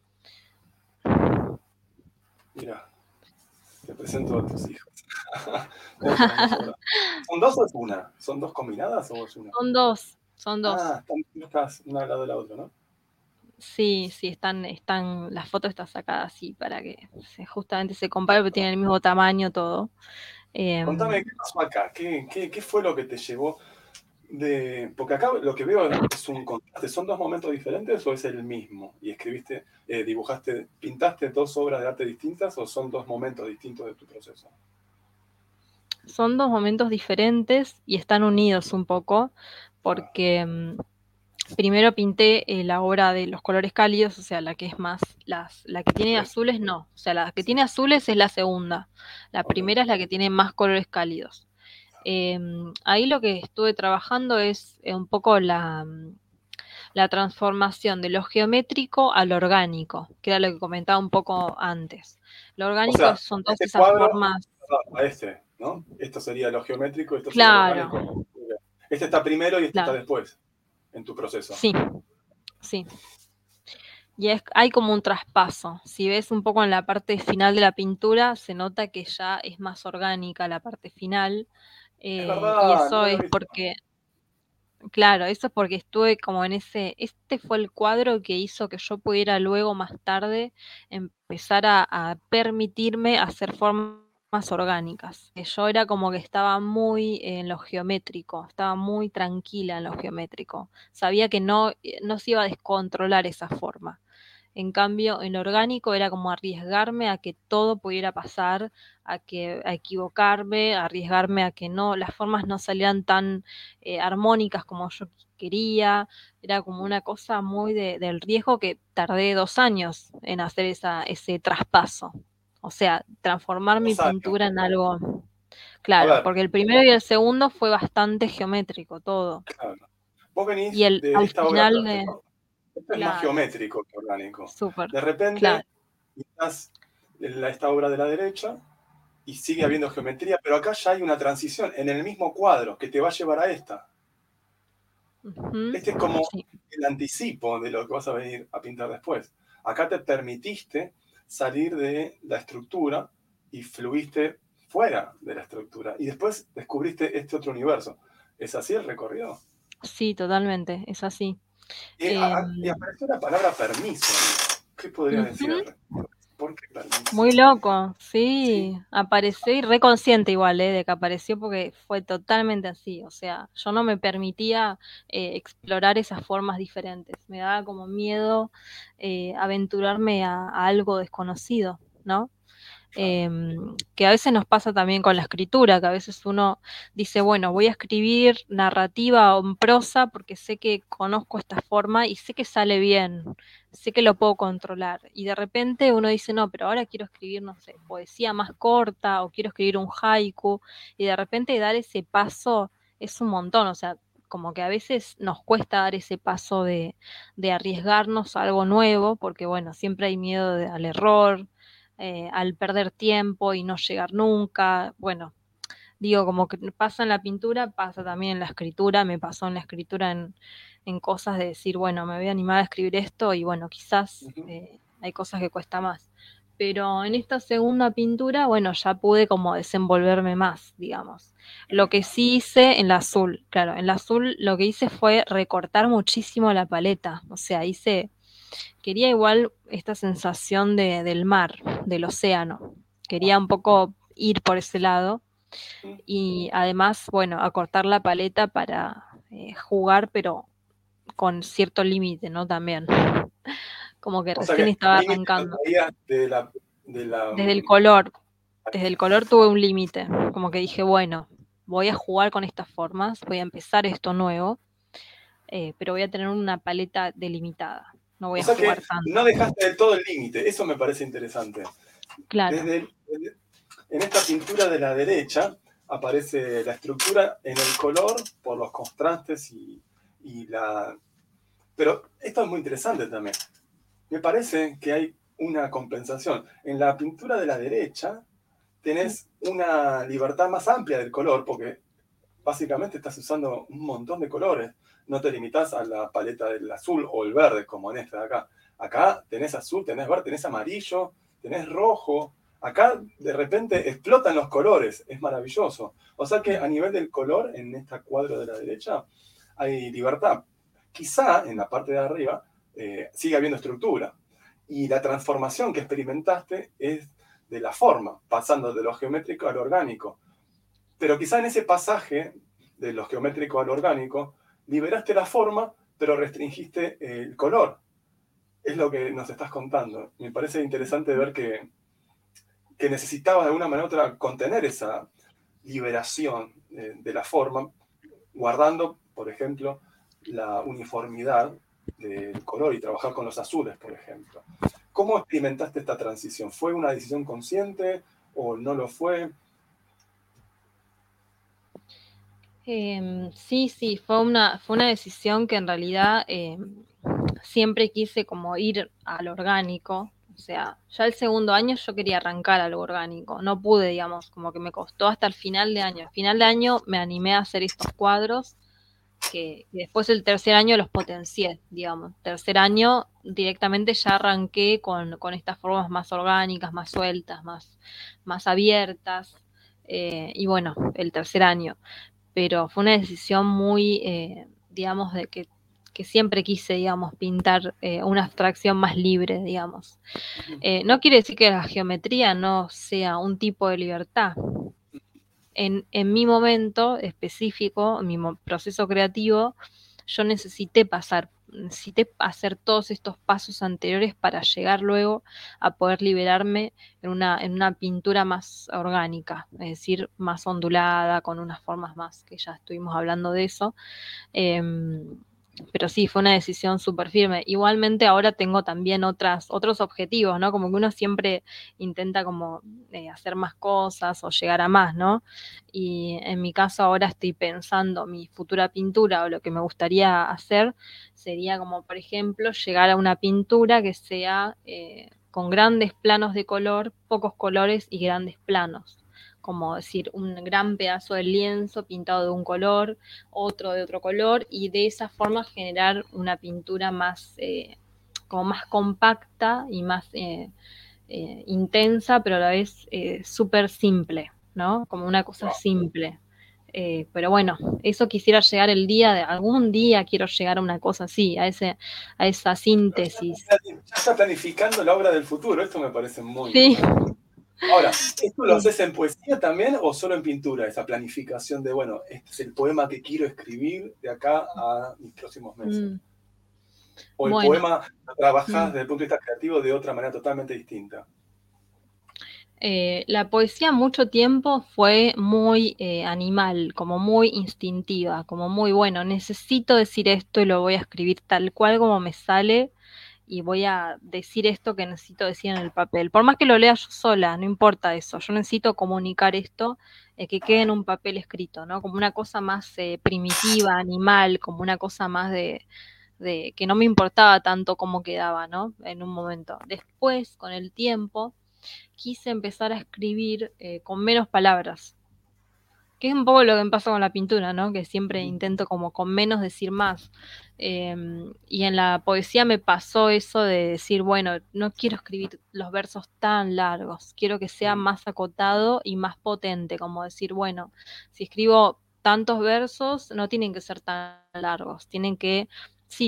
S1: mira, te presento a tus hijos. Otra hermosa obra. ¿Son dos o es una? ¿Son dos combinadas o es una?
S2: Son dos.
S1: Ah, están puestas una al lado de la otra, ¿no?
S2: Sí, sí, la foto está sacada así para que justamente se compare, porque tiene el mismo tamaño todo.
S1: Contame,
S2: Em,
S1: ¿qué pasó acá? ¿Qué fue lo que te llevó de...? Porque acá lo que veo es un contraste. ¿Son dos momentos diferentes o es el mismo? ¿Y escribiste, dibujaste, pintaste dos obras de arte distintas o son dos momentos distintos de tu proceso?
S2: Son dos momentos diferentes y están unidos un poco,
S1: Ah,
S2: porque primero pinté la obra de los colores cálidos, o sea, la que es más, la que tiene
S1: esta,
S2: azules no, o sea, la que
S1: sí,
S2: tiene azules es la segunda, la
S1: ok.
S2: primera es la que tiene más colores cálidos. Ahí lo que estuve trabajando es un poco la transformación de lo geométrico a lo orgánico, que era lo que comentaba un poco antes. Lo
S1: O
S2: orgánico
S1: sea,
S2: son todas
S1: este
S2: esas
S1: cuadro
S2: formas,
S1: a este, ¿no? Esto sería lo geométrico, esto sería lo
S2: claro,
S1: orgánico. Este está primero y este está
S2: claro,
S1: después en tu proceso.
S2: sí, sí. Y hay como un traspaso. Si ves un poco en la parte final de la pintura, se nota que ya es más orgánica la parte final.
S1: Es
S2: Y
S1: verdad, no lo
S2: eso
S1: había
S2: es
S1: visto.
S2: porque, Claro, eso es porque estuve como en este fue el cuadro que hizo que yo pudiera luego más tarde empezar a permitirme hacer formas orgánicas. Yo era como que estaba muy en lo geométrico, estaba muy tranquila en lo geométrico. Sabía que no se iba a descontrolar esa forma. En cambio, en lo orgánico era como arriesgarme a que todo pudiera pasar, a equivocarme, a arriesgarme a que no, las formas no salieran tan armónicas como yo quería. Era como una cosa muy del riesgo que tardé 2 años en hacer ese traspaso. O sea, transformar mi
S1: 2 años.
S2: pintura en algo,
S1: A
S2: claro,
S1: ver,
S2: porque el primero y el segundo fue bastante geométrico todo.
S1: claro. Vos
S2: Y
S1: venís
S2: el
S1: de
S2: al
S1: esta obra de
S2: final
S1: arte,
S2: de,
S1: ¿no? Esto es más
S2: claro,
S1: geométrico que orgánico.
S2: súper,
S1: De
S2: claro.
S1: repente, estás en esta obra de la derecha y sigue habiendo geometría, pero acá ya hay una transición en el mismo cuadro que te va a llevar a esta.
S2: Ujú,
S1: Este es como
S2: sí.
S1: el anticipo de lo que vas a venir a pintar después. Acá te permitiste salir de la estructura y fluiste fuera de la estructura. Y después descubriste este otro universo. ¿Es así el recorrido?
S2: Sí, totalmente, es así.
S1: Y
S2: Em,
S1: apareció la palabra permiso. ¿Qué podría decir
S2: Ujú,
S1: al respecto? ¿Por qué permiso?
S2: muy loco,
S1: Sí.
S2: sí, apareció y reconsciente igual, de que apareció porque fue totalmente así, o sea, yo no me permitía explorar esas formas diferentes, me daba como miedo aventurarme a algo desconocido, ¿no?
S1: Claro.
S2: Que a veces nos pasa también con la escritura, que a veces uno dice, bueno, voy a escribir narrativa o en prosa porque sé que conozco esta forma y sé que sale bien, sé que lo puedo controlar. Y de repente uno dice, no, pero ahora quiero escribir, no sé, poesía más corta o quiero escribir un haiku. Y de repente dar ese paso es un montón, o sea, como que a veces nos cuesta dar ese paso de arriesgarnos a algo nuevo, porque bueno, siempre hay miedo al error, al perder tiempo y no llegar nunca. Bueno, digo, como que pasa en la pintura, pasa también en la escritura, me pasó en la escritura en cosas de decir, bueno, me voy a animar a escribir esto y bueno, quizás
S1: Ujú.
S2: hay cosas que cuesta más. Pero en esta segunda pintura, bueno, ya pude como desenvolverme más, digamos. Lo que sí hice en la azul, claro, en la azul lo que hice fue recortar muchísimo la paleta, o sea, quería igual esta sensación del mar, del océano. Quería un poco ir por ese lado y además, bueno, acortar la paleta para jugar, pero con cierto límite, ¿no? También. Como que
S1: O sea
S2: recién
S1: que el
S2: estaba
S1: límite lo
S2: arrancando.
S1: traías de la
S2: Desde el color, desde el color tuve un límite. Como que dije, bueno, voy a jugar con estas formas, voy a empezar esto nuevo, pero voy a tener una paleta delimitada. No voy
S1: O
S2: a
S1: sea que
S2: jugar tanto.
S1: no dejaste del todo el límite, eso me parece interesante.
S2: Claro.
S1: En esta pintura de la derecha aparece la estructura en el color por los contrastes y la... Pero esto es muy interesante también. Me parece que hay una compensación. En la pintura de la derecha
S2: Sí.
S1: tenés una libertad más amplia del color porque básicamente estás usando un montón de colores. No te limitas a la paleta del azul o el verde, como en esta de acá. Acá tenés azul, tenés verde, tenés amarillo, tenés rojo. Acá de repente explotan los colores, es maravilloso. O sea que a nivel del color, en este cuadro de la derecha, hay libertad. Quizá en la parte de arriba sigue habiendo estructura. Y la transformación que experimentaste es de la forma, pasando de lo geométrico a lo orgánico. Pero quizá en ese pasaje de lo geométrico a lo orgánico, liberaste la forma, pero restringiste el color. Es lo que nos estás contando. Me parece interesante ver que necesitabas de alguna manera u otra contener esa liberación de la forma, guardando, por ejemplo, la uniformidad del color y trabajar con los azules, por ejemplo. ¿Cómo experimentaste esta transición? ¿Fue una decisión consciente o no lo fue?
S2: Sí, sí, fue una decisión que en realidad siempre quise como ir al orgánico. O sea, ya el segundo año yo quería arrancar algo orgánico. No pude, digamos, como que me costó hasta el final de año. Al final de año me animé a hacer estos cuadros que después el tercer año los potencié, digamos. Tercer año directamente ya arranqué con estas formas más orgánicas, más sueltas, más abiertas. Y bueno, el tercer año pero fue una decisión muy digamos, que siempre quise, digamos, pintar una abstracción más libre, digamos. No quiere decir que la geometría no sea un tipo de libertad. En mi momento específico, en mi proceso creativo, yo necesité hacer todos estos pasos anteriores para llegar luego a poder liberarme en una pintura más orgánica, es decir, más ondulada, con unas formas más, que ya estuvimos hablando de eso. Pero sí, fue una decisión súper firme. Igualmente ahora tengo también otros objetivos, ¿no? Como que uno siempre intenta como hacer más cosas o llegar a más, ¿no? Y en mi caso ahora estoy pensando mi futura pintura o lo que me gustaría hacer sería como, por ejemplo, llegar a una pintura que sea con grandes planos de color, pocos colores y grandes planos. Como decir, un gran pedazo de lienzo pintado de un color, otro de otro color, y de esa forma generar una pintura más, como más compacta y más intensa, pero a la vez súper simple, ¿no? Como una cosa
S1: Wow.
S2: simple. Pero bueno, eso quisiera llegar algún día quiero llegar a una cosa así, a esa síntesis.
S1: Ya está planificando la obra del futuro, esto me parece muy
S2: Sí,
S1: interesante. Ahora, ¿esto lo
S2: sí.
S1: haces en poesía también o solo en pintura? Esa planificación de, bueno, este es el poema que quiero escribir de acá a mis próximos meses.
S2: Mm,
S1: O el
S2: bueno.
S1: poema lo trabajás
S2: Mm.
S1: desde el punto de vista creativo de otra manera totalmente distinta.
S2: La poesía mucho tiempo fue muy animal, como muy instintiva, como muy bueno, necesito decir esto y lo voy a escribir tal cual como me sale y voy a decir esto que necesito decir en el papel. Por más que lo lea yo sola, no importa eso, yo necesito comunicar esto, que quede en un papel escrito, ¿no? Como una cosa más primitiva, animal, como una cosa más de que no me importaba tanto cómo quedaba, ¿no? En un momento. Después, con el tiempo quise empezar a escribir con menos palabras, que es un poco lo que me pasa con la pintura, ¿no? Que siempre intento como con menos decir más. Eh, y en la poesía me pasó eso de decir, bueno, no quiero escribir los versos tan largos, quiero que sea más acotado y más potente, como decir, bueno, si escribo tantos versos, no tienen que ser tan largos, tienen que, sí,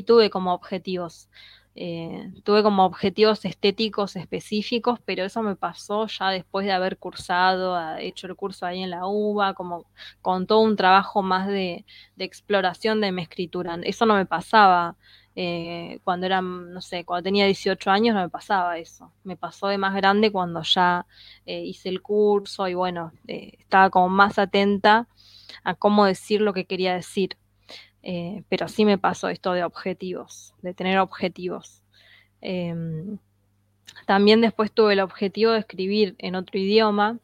S2: tuve como objetivos estéticos específicos, pero eso me pasó ya después de haber cursado, hecho el curso ahí en la UBA, como con todo un trabajo más de exploración de mi escritura. Eso no me pasaba cuando era, no sé, cuando tenía 18 años no me pasaba eso. Me pasó de más grande cuando ya hice el curso y bueno, estaba como más atenta a cómo decir lo que quería decir. Pero sí me pasó esto de objetivos, de tener objetivos. Eh, También después tuve el objetivo de escribir en otro idioma,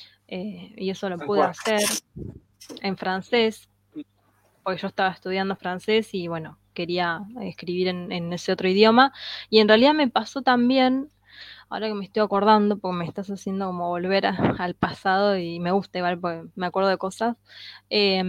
S2: y eso lo
S1: ¿En
S2: pude
S1: cuál?
S2: hacer en francés, porque yo estaba estudiando francés y bueno, quería escribir en ese otro idioma. Y en realidad me pasó también, ahora que me estoy acordando, porque me estás haciendo como volver al pasado y me gusta igual porque me acuerdo de cosas. eh,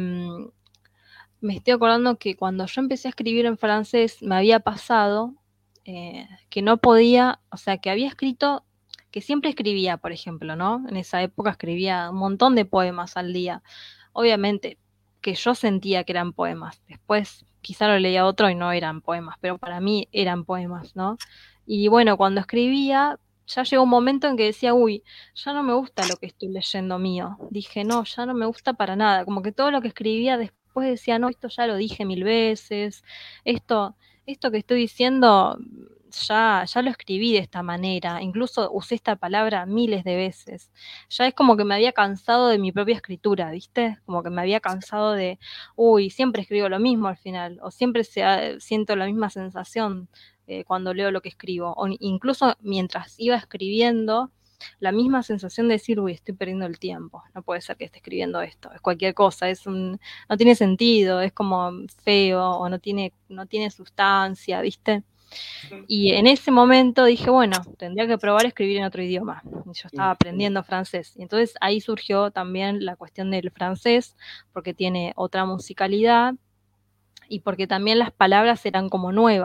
S2: Me estoy acordando que cuando yo empecé a escribir en francés me había pasado que no podía, o sea, que había escrito, que siempre escribía, por ejemplo, ¿no? En esa época escribía un montón de poemas al día. Obviamente que yo sentía que eran poemas. Después quizá lo leía otro y no eran poemas, pero para mí eran poemas, ¿no? Y bueno, cuando escribía, ya llegó un momento en que decía, uy, ya no me gusta lo que estoy leyendo mío. Dije, no, ya no me gusta para nada. Como que todo lo que escribía después decía, no, esto ya lo dije 1000 veces, esto, esto que estoy diciendo ya lo escribí de esta manera, incluso usé esta palabra miles de veces. Ya es como que me había cansado de mi propia escritura, ¿viste? Como que me había cansado de, uy, siempre escribo lo mismo al final, o siempre siento la misma sensación cuando leo lo que escribo, o incluso mientras iba escribiendo, la misma sensación de decir, uy, estoy perdiendo el tiempo, no puede ser que esté escribiendo esto, es cualquier cosa, no tiene sentido, es como feo, o no tiene sustancia, ¿viste? Y en ese momento dije, bueno, tendría que probar a escribir en otro idioma. Y yo estaba aprendiendo francés. Y entonces ahí surgió también la cuestión del francés, porque tiene otra musicalidad y porque también las palabras eran como nuevas.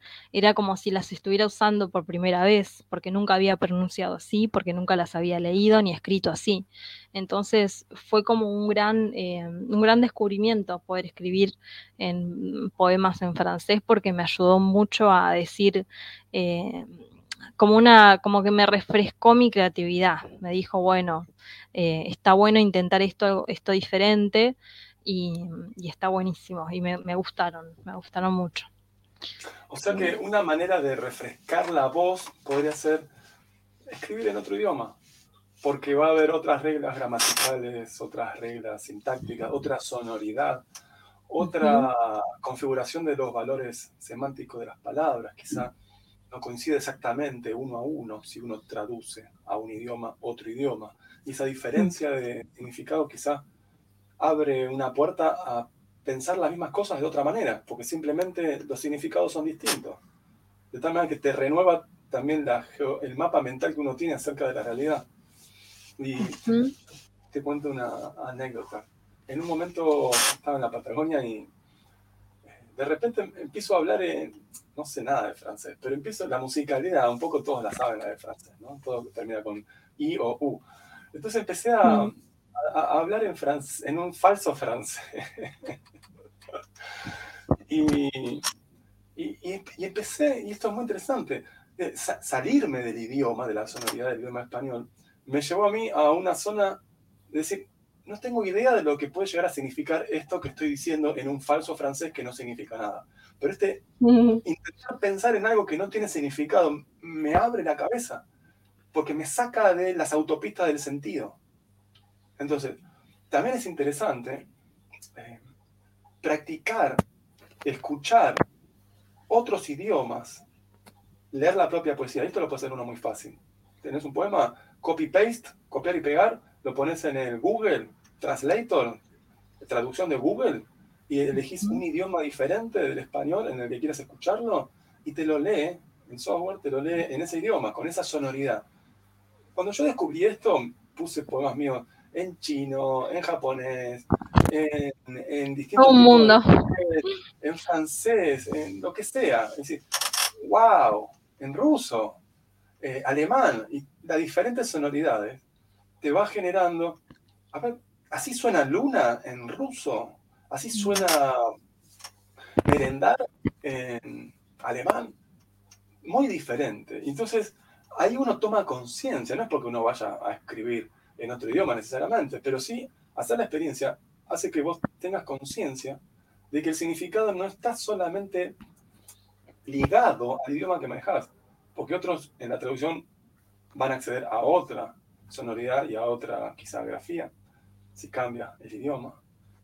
S2: era como si las estuviera usando por primera vez, porque nunca había pronunciado así, porque nunca las había leído ni escrito así. Entonces fue como un gran descubrimiento poder escribir en poemas en francés, porque me ayudó mucho a decir, eh, como que me refrescó mi creatividad. Me dijo, bueno, está bueno intentar esto diferente y está buenísimo. Y me gustaron mucho.
S1: O sea que una manera de refrescar la voz podría ser escribir en otro idioma, porque va a haber otras reglas gramaticales, otras reglas sintácticas, otra sonoridad,
S2: Ujú.
S1: otra configuración de los valores semánticos de las palabras. Quizá no coincide exactamente uno a uno si uno traduce a un idioma otro idioma. Y esa diferencia de significado quizá abre una puerta a pensar las mismas cosas de otra manera, porque simplemente los significados son distintos. De tal manera que te renueva también el mapa mental que uno tiene acerca de la realidad. Y
S2: Ujú.
S1: te cuento una anécdota. En un momento estaba en la Patagonia y de repente empiezo a hablar no sé nada de francés, pero empiezo la musicalidad, un poco todos la saben la de francés, ¿no? Todo termina con I o U. Entonces empecé
S2: Mm.
S1: a hablar en francés, en un falso francés. Y, y empecé, y esto es muy interesante, salirme del idioma, de la sonoridad del idioma español, me llevó a mí a una zona de decir, no tengo idea de lo que puede llegar a significar esto que estoy diciendo en un falso francés que no significa nada. Pero
S2: Mm.
S1: intentar pensar en algo que no tiene significado me abre la cabeza, porque me saca de las autopistas del sentido. Entonces, también es interesante eh, practicar, escuchar otros idiomas, leer la propia poesía. Esto lo puede hacer uno muy fácil. Tenés un poema, copy-paste, copiar y pegar, lo pones en el Google Translator, traducción de Google, y elegís un idioma diferente del español en el que quieras escucharlo, y te lo lee, el software te lo lee en ese idioma, con esa sonoridad. Cuando yo descubrí esto, puse poemas míos en chino, en japonés, en
S2: Todo
S1: distintos
S2: un
S1: tipos de
S2: mundo.
S1: inglés, en francés, en lo que sea. Es decir, wow, en ruso, alemán, y las diferentes sonoridades te va generando. A ver, así suena luna en ruso, así suena merendar en alemán, muy diferente. Entonces, ahí uno toma conciencia, no es porque uno vaya a escribir en otro idioma necesariamente, pero sí hacer la experiencia hace que vos tengas conciencia de que el significado no está solamente ligado al idioma que manejas, porque otros en la traducción van a acceder a otra sonoridad y a otra quizá grafía, si cambia el idioma.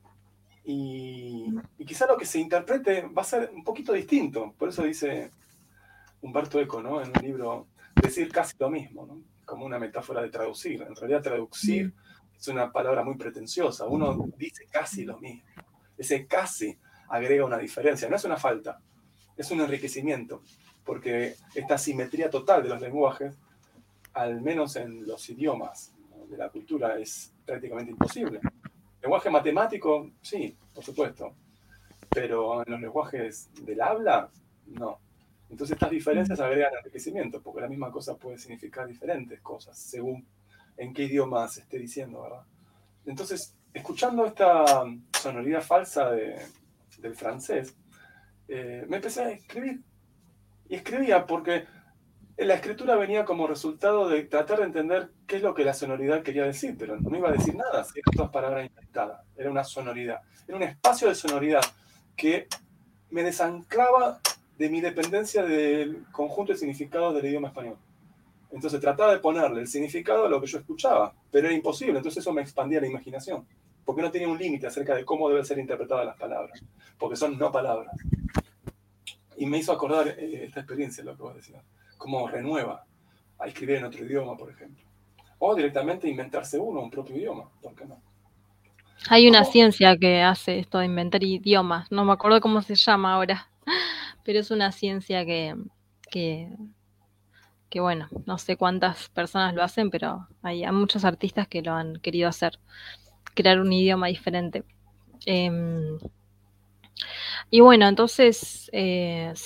S1: Y quizá lo que se interprete va a ser un poquito distinto. Por eso dice Humberto Eco, ¿no? En un libro, decir casi lo mismo, ¿no? Como una metáfora de traducir. En realidad traducir es una palabra muy pretenciosa. Uno dice casi lo mismo. Ese casi agrega una diferencia. No es una falta, es un enriquecimiento. Porque esta simetría total de los lenguajes, al menos en los idiomas, ¿no?, de la cultura, es prácticamente imposible. Lenguaje matemático, sí, por supuesto, pero en los lenguajes del habla, no. Entonces estas diferencias agregan enriquecimiento, porque la misma cosa puede significar diferentes cosas, según en qué idioma se esté diciendo, ¿verdad? Entonces, escuchando esta sonoridad falsa del francés, me empecé a escribir. Y escribía porque la escritura venía como resultado de tratar de entender qué es lo que la sonoridad quería decir, pero no iba a decir nada, si eran todas palabras inventadas. Era una sonoridad, era un espacio de sonoridad que me desanclaba de mi dependencia del conjunto de significados del idioma español. Entonces trataba de ponerle el significado a lo que yo escuchaba, pero era imposible, entonces eso me expandía la imaginación, porque no tenía un límite acerca de cómo deben ser interpretadas las palabras, porque son no palabras. Y me hizo acordar esta experiencia, lo que vos decías, cómo renueva a escribir en otro idioma, por ejemplo. O directamente inventarse uno, un propio idioma, ¿por qué no?
S2: Hay una
S1: ¿Cómo?
S2: ciencia que hace esto de inventar idiomas, no me acuerdo cómo se llama ahora, pero es una ciencia que, que bueno, no sé cuántas personas lo hacen, pero hay muchos artistas que lo han querido hacer, crear un idioma diferente. Eh, y bueno, entonces, sí,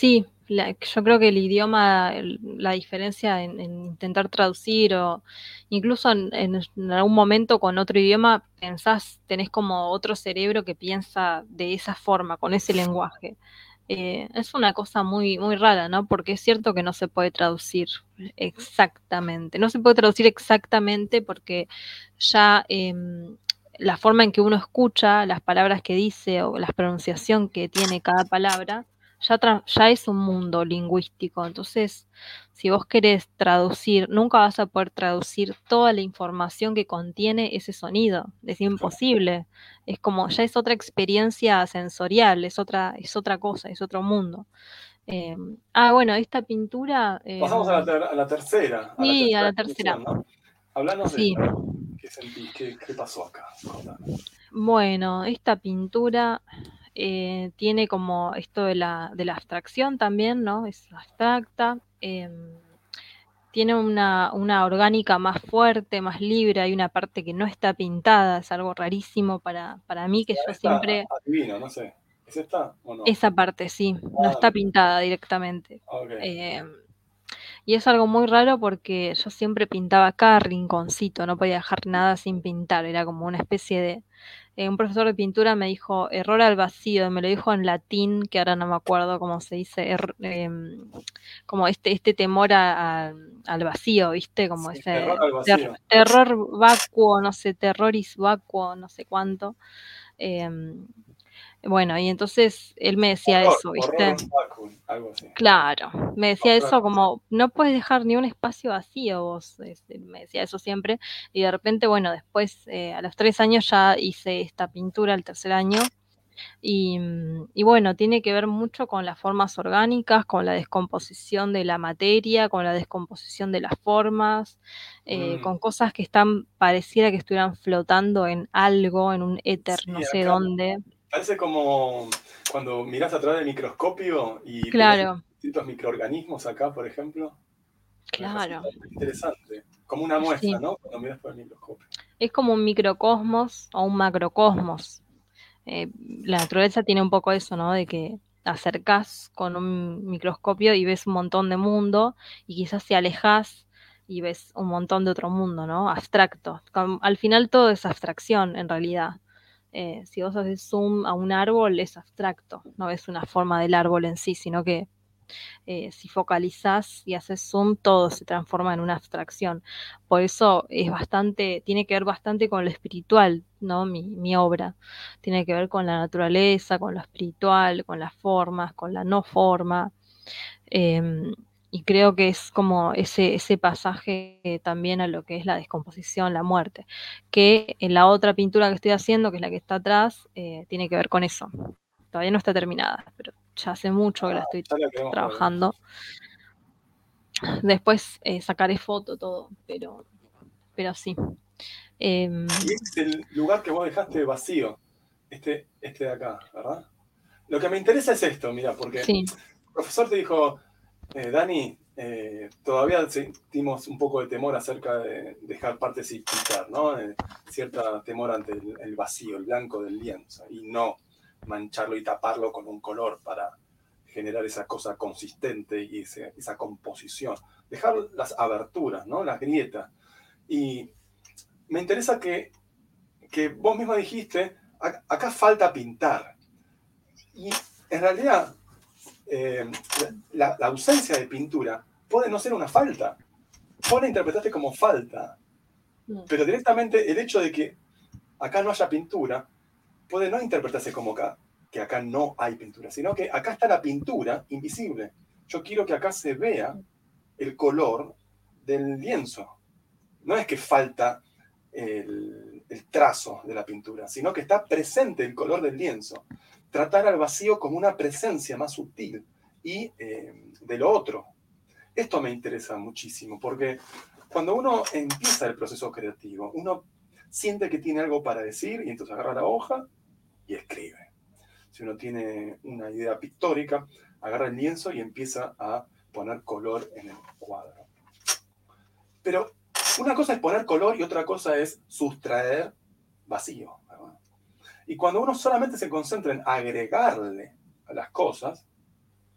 S2: Yo creo que el idioma, la diferencia en intentar traducir o incluso en algún momento con otro idioma pensás, tenés como otro cerebro que piensa de esa forma, con ese lenguaje. Es una cosa muy, muy rara, ¿no? Porque es cierto que no se puede traducir exactamente. No se puede traducir exactamente porque ya la forma en que uno escucha las palabras que dice o la pronunciación que tiene cada palabra ya es un mundo lingüístico. Entonces, si vos querés traducir, nunca vas a poder traducir toda la información que contiene ese sonido. Es imposible. Es como, ya es otra experiencia sensorial, es otra cosa, es otro mundo. Eh, bueno, esta pintura,
S1: Pasamos a la tercera, a la
S2: sí, a
S1: tercera
S2: la tercera.
S1: exposición, ¿no? Hablanos de
S2: Sí.
S1: esta. ¿Qué sentís? ¿Qué pasó acá? Contanos.
S2: Bueno, esta pintura tiene como esto de la abstracción también, ¿no? Es abstracta. Tiene una orgánica más fuerte, más libre, hay una parte que no está pintada, es algo rarísimo para mí, que yo
S1: Esta,
S2: siempre,
S1: adivino, no sé. ¿Es esta o no?
S2: esa parte sí, no
S1: Ah,
S2: está pintada directamente.
S1: ok.
S2: Eh, y es algo muy raro porque yo siempre pintaba cada rinconcito, no podía dejar nada sin pintar, era como una especie de... un profesor de pintura me dijo error al vacío, y me lo dijo en latín, que ahora no me acuerdo cómo se dice, como este temor al vacío, ¿viste? Como
S1: Sí, error
S2: ese
S1: al vacío.
S2: terror vacuo, no sé, terroris vacuo, no sé cuánto. Em, bueno, y entonces él me decía eso, ¿viste?
S1: Horror vacui, algo así.
S2: Claro, me decía
S1: Horror al
S2: eso
S1: vacío.
S2: como, no puedes dejar ni un espacio vacío vos, me decía eso siempre, y de repente, bueno, después, a los 3 años ya hice esta pintura, el tercer año, y bueno, tiene que ver mucho con las formas orgánicas, con la descomposición de la materia, con la descomposición de las formas,
S1: Mm,
S2: con cosas que están, pareciera que estuvieran flotando en algo, en un éter, no
S1: sí,
S2: sé
S1: acá
S2: dónde.
S1: parece como cuando mirás a través del microscopio y tenés
S2: Claro,
S1: distintos microorganismos acá, por ejemplo. Me
S2: claro,
S1: resulta muy interesante. Como una muestra,
S2: sí.
S1: ¿no? Cuando miras por el microscopio.
S2: Es como un microcosmos o un macrocosmos. La naturaleza tiene un poco eso, ¿no? De que acercás con un microscopio y ves un montón de mundo y quizás te alejás y ves un montón de otro mundo, ¿no? Abstracto. Al final todo es abstracción, en realidad. Si vos haces zoom a un árbol, es abstracto, no es una forma del árbol en sí, sino que si focalizás y haces zoom, todo se transforma en una abstracción. Por eso es bastante, tiene que ver bastante con lo espiritual, ¿no? Mi obra. Tiene que ver con la naturaleza, con lo espiritual, con las formas, con la no forma. Eh, y creo que es como ese pasaje también a lo que es la descomposición, la muerte, que en la otra pintura que estoy haciendo, que es la que está atrás, tiene que ver con eso. Todavía no está terminada, pero ya hace mucho que la
S1: Ah,
S2: estoy
S1: ya la queremos ver.
S2: trabajando. Después sacaré foto, todo, pero sí.
S1: Y este es el lugar que vos dejaste vacío. Este de acá, ¿verdad? Lo que me interesa es esto, mira, porque el
S2: Sí,
S1: profesor te dijo, Dani, todavía sentimos un poco de temor acerca de dejar partes sin pintar, ¿no? Cierta temor ante el vacío, el blanco del lienzo, y no mancharlo y taparlo con un color para generar esa cosa consistente y esa composición. Dejar las aberturas, ¿no? Las grietas. Y me interesa que vos misma dijiste, acá falta pintar. Y en realidad eh, la ausencia de pintura puede no ser una falta. Vos la interpretaste como falta,
S2: mm,
S1: pero directamente el hecho de que acá no haya pintura puede no interpretarse como que acá no hay pintura, sino que acá está la pintura invisible. Yo quiero que acá se vea el color del lienzo. No es que falta el trazo de la pintura, sino que está presente el color del lienzo. Tratar al vacío como una presencia más sutil y de lo otro. Esto me interesa muchísimo, porque cuando uno empieza el proceso creativo, uno siente que tiene algo para decir y entonces agarra la hoja y escribe. Si uno tiene una idea pictórica, agarra el lienzo y empieza a poner color en el cuadro. Pero una cosa es poner color y otra cosa es sustraer vacío, ¿verdad? Y cuando uno solamente se concentra en agregarle a las cosas,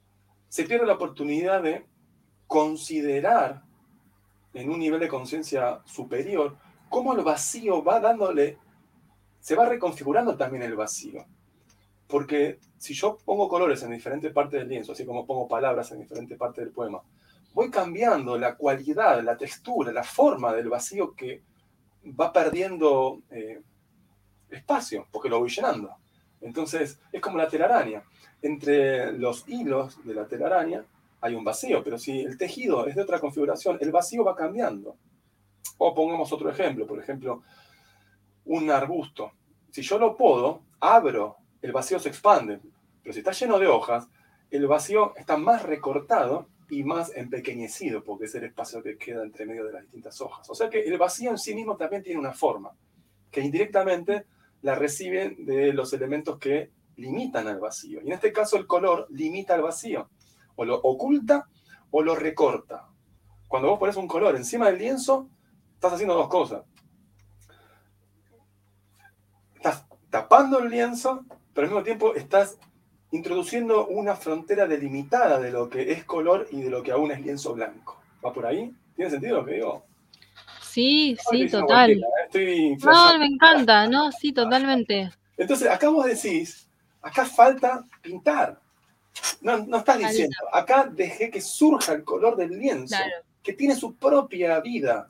S1: se pierde la oportunidad de considerar en un nivel de conciencia superior cómo el vacío va dándole, se va reconfigurando también el vacío. Porque si yo pongo colores en diferentes partes del lienzo, así como pongo palabras en diferentes partes del poema, voy cambiando la cualidad, la textura, la forma del vacío que va perdiendo espacio, porque lo voy llenando. Entonces, es como la telaraña. Entre los hilos de la telaraña hay un vacío, pero si el tejido es de otra configuración, el vacío va cambiando. O pongamos otro ejemplo, por ejemplo, un arbusto. Si yo lo podo, abro, el vacío se expande. Pero si está lleno de hojas, el vacío está más recortado y más empequeñecido, porque es el espacio que queda entre medio de las distintas hojas. O sea que el vacío en sí mismo también tiene una forma, que indirectamente la reciben de los elementos que limitan al vacío. Y en este caso el color limita al vacío, o lo oculta o lo recorta. Cuando vos pones un color encima del lienzo, estás haciendo dos cosas. Estás tapando el lienzo, pero al mismo tiempo estás introduciendo una frontera delimitada de lo que es color y de lo que aún es lienzo blanco. ¿Va por ahí? ¿Tiene sentido lo que digo?
S2: Sí,
S1: No, estoy
S2: sí,
S1: diciendo
S2: total.
S1: cualquiera, estoy
S2: No,
S1: flasheando.
S2: me encanta, no, sí, totalmente.
S1: Entonces, acá vos decís, acá falta pintar. No, no estás diciendo,
S2: Falta,
S1: acá dejé que surja el color del lienzo,
S2: claro.
S1: que tiene su propia vida,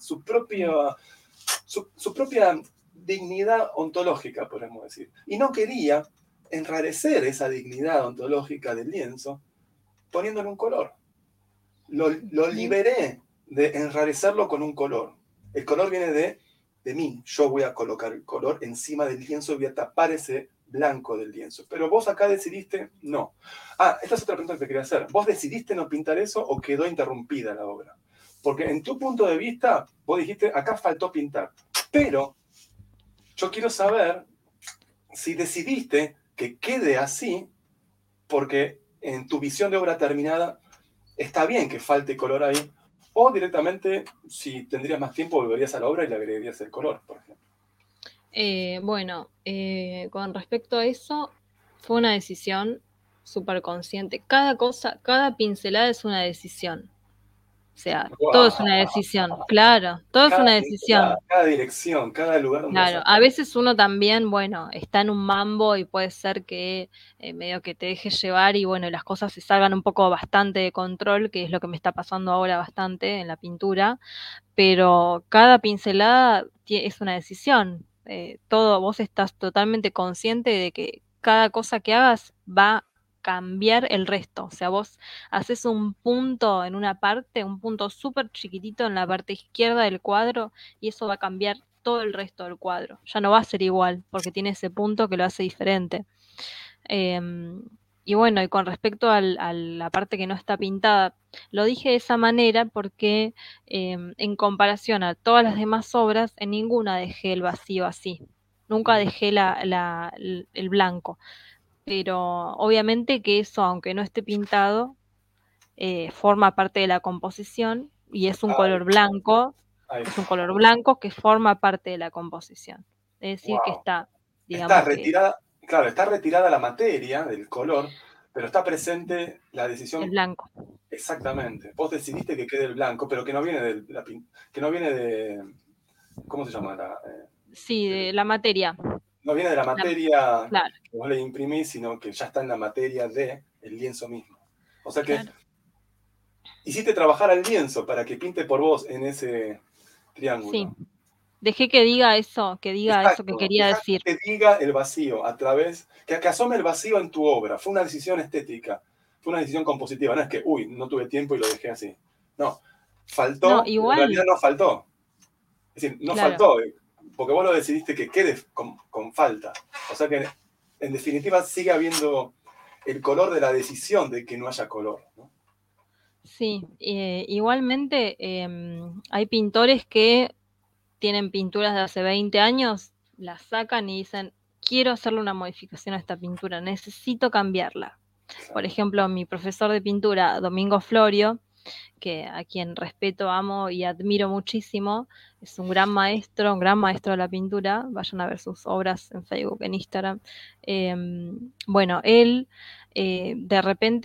S1: su propia dignidad ontológica, podemos decir. Y no quería enrarecer esa dignidad ontológica del lienzo poniéndole un color. Lo
S2: Sí.
S1: liberé de enrarecerlo con un color. El color viene de mí. Yo voy a colocar el color encima del lienzo y voy a tapar ese blanco del lienzo. Pero vos acá decidiste no. Ah, esta es otra pregunta que te quería hacer. ¿Vos decidiste no pintar eso o quedó interrumpida la obra? Porque en tu punto de vista, vos dijiste, acá faltó pintar. Pero yo quiero saber si decidiste que quede así, porque en tu visión de obra terminada está bien que falte color ahí, o directamente, si tendrías más tiempo, volverías a la obra y le agregarías el color, por ejemplo.
S2: Bueno, con respecto a eso, fue una decisión súper consciente. Cada cosa, cada pincelada es una decisión. O sea, todo es
S1: ¡Wow!
S2: una decisión, claro, todo es
S1: Cada
S2: una
S1: pincelada,
S2: decisión.
S1: cada dirección, cada lugar donde vas
S2: Claro,
S1: a...
S2: a veces uno también, bueno, está en un mambo y puede ser que medio que te dejes llevar y bueno, las cosas se salgan un poco bastante de control, que es lo que me está pasando ahora bastante en la pintura, pero cada pincelada es una decisión. Todo, vos estás totalmente consciente de que cada cosa que hagas va a cambiar el resto. O sea, vos haces un punto en una parte, un punto súper chiquitito en la parte izquierda del cuadro, y eso va a cambiar todo el resto del cuadro. Ya no va a ser igual, porque tiene ese punto que lo hace diferente. Y bueno, y con respecto a la parte que no está pintada, lo dije de esa manera porque en comparación a todas las demás obras, en ninguna dejé el vacío así. Nunca
S1: Mm.
S2: dejé el blanco. Pero obviamente que eso, aunque no esté pintado, forma parte de la composición y
S1: Ahí, ahí
S2: es un
S1: está.
S2: color blanco que forma parte de la composición. Es decir, que
S1: Wow.
S2: está,
S1: Está
S2: digamos que
S1: retirada, claro, está retirada la materia del color, pero está presente la
S2: el
S1: decisión
S2: blanco.
S1: exactamente. Vos decidiste que quede el blanco, pero que no viene que no viene de, ¿cómo se llama?
S2: Sí, de la materia.
S1: No viene de la
S2: La-
S1: materia
S2: claro,
S1: que vos le imprimís, sino que ya está en la materia del lienzo mismo. O sea que
S2: claro.
S1: hiciste trabajar al lienzo para que pinte por vos en ese
S2: Sí.
S1: triángulo.
S2: Dejé que diga eso que
S1: Exacto,
S2: quería
S1: dejaste
S2: decir.
S1: que diga el vacío a través, que asome el vacío en tu obra. Fue una decisión estética, fue una decisión compositiva. No es que, uy, no tuve tiempo y lo dejé así. No,
S2: No,
S1: faltó, pero en realidad
S2: igual,
S1: no faltó. Es decir, no
S2: claro.
S1: faltó, porque vos lo decidiste que quede con falta. O sea que, en definitiva, sigue habiendo el color de la decisión de que no haya color, ¿no?
S2: Sí, igualmente hay pintores que tienen pinturas de hace 20 años, las sacan y dicen, quiero hacerle una modificación a esta pintura, necesito cambiarla. Por
S1: Claro.
S2: ejemplo, mi profesor de pintura, Domingo Florio, que a quien respeto, amo y admiro muchísimo, es un gran maestro de la pintura, vayan a ver sus obras en Facebook, en Instagram. Bueno, él de repente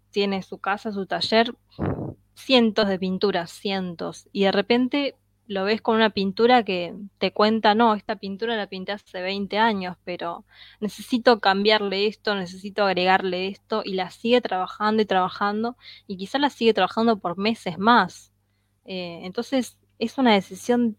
S2: tiene su casa, su taller, cientos de pinturas, cientos, y de repente lo ves con una pintura que te cuenta, no, esta pintura la pinté hace 20 años, pero necesito cambiarle esto, necesito agregarle esto, y la sigue trabajando y trabajando, y quizá la sigue trabajando por meses más. Entonces es una decisión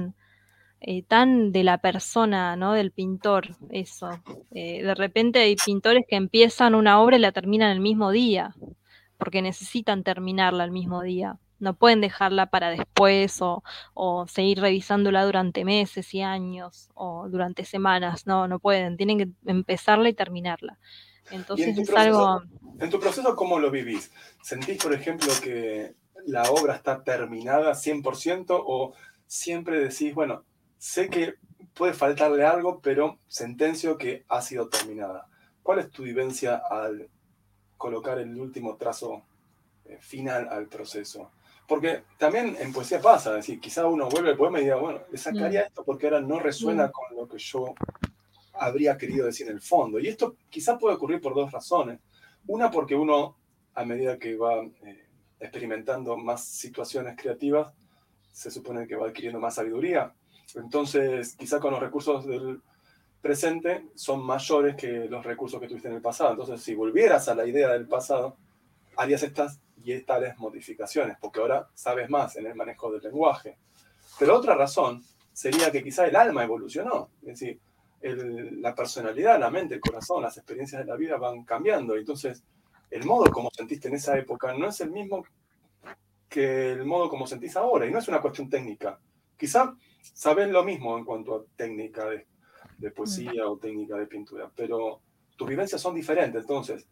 S2: tan de la persona, ¿no? Del pintor, eso. De repente hay pintores que empiezan una obra y la terminan el mismo día, porque necesitan terminarla el mismo día. No pueden dejarla para después o seguir revisándola durante meses y años o durante semanas. No, no pueden. Tienen que empezarla y terminarla.
S1: Y
S2: Entonces es algo.
S1: en tu proceso, ¿cómo lo vivís? ¿Sentís, por ejemplo, que la obra está terminada 100% o siempre decís, bueno, sé que puede faltarle algo, pero sentencio que ha sido terminada? ¿Cuál es tu vivencia al colocar el último trazo final al proceso? Porque también en poesía pasa, es decir, quizá uno vuelve al poema y diga, bueno, le
S2: Mm,
S1: sacaría esto porque ahora no resuena
S2: mm,
S1: con lo que yo habría querido decir en el fondo. Y esto quizá puede ocurrir por dos razones. Una, porque uno, a medida que va experimentando más situaciones creativas, se supone que va adquiriendo más sabiduría. Entonces, quizá con los recursos del presente son mayores que los recursos que tuviste en el pasado. Entonces, si volvieras a la idea del pasado, harías estas y tales modificaciones, porque ahora sabes más en el manejo del lenguaje. Pero otra razón sería que quizá el alma evolucionó, es decir, la personalidad, la mente, el corazón, las experiencias de la vida van cambiando. Entonces, el modo como sentiste en esa época no es el mismo que el modo como sentís ahora, y no es una cuestión técnica. Quizá sabés lo mismo en cuanto a técnica de
S2: mm.
S1: poesía o técnica de pintura, pero tus vivencias son diferentes. Entonces,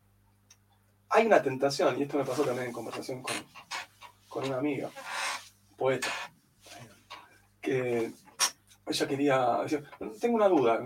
S1: hay una tentación, y esto me pasó también en conversación con una amiga, poeta, que ella quería decir, tengo una duda,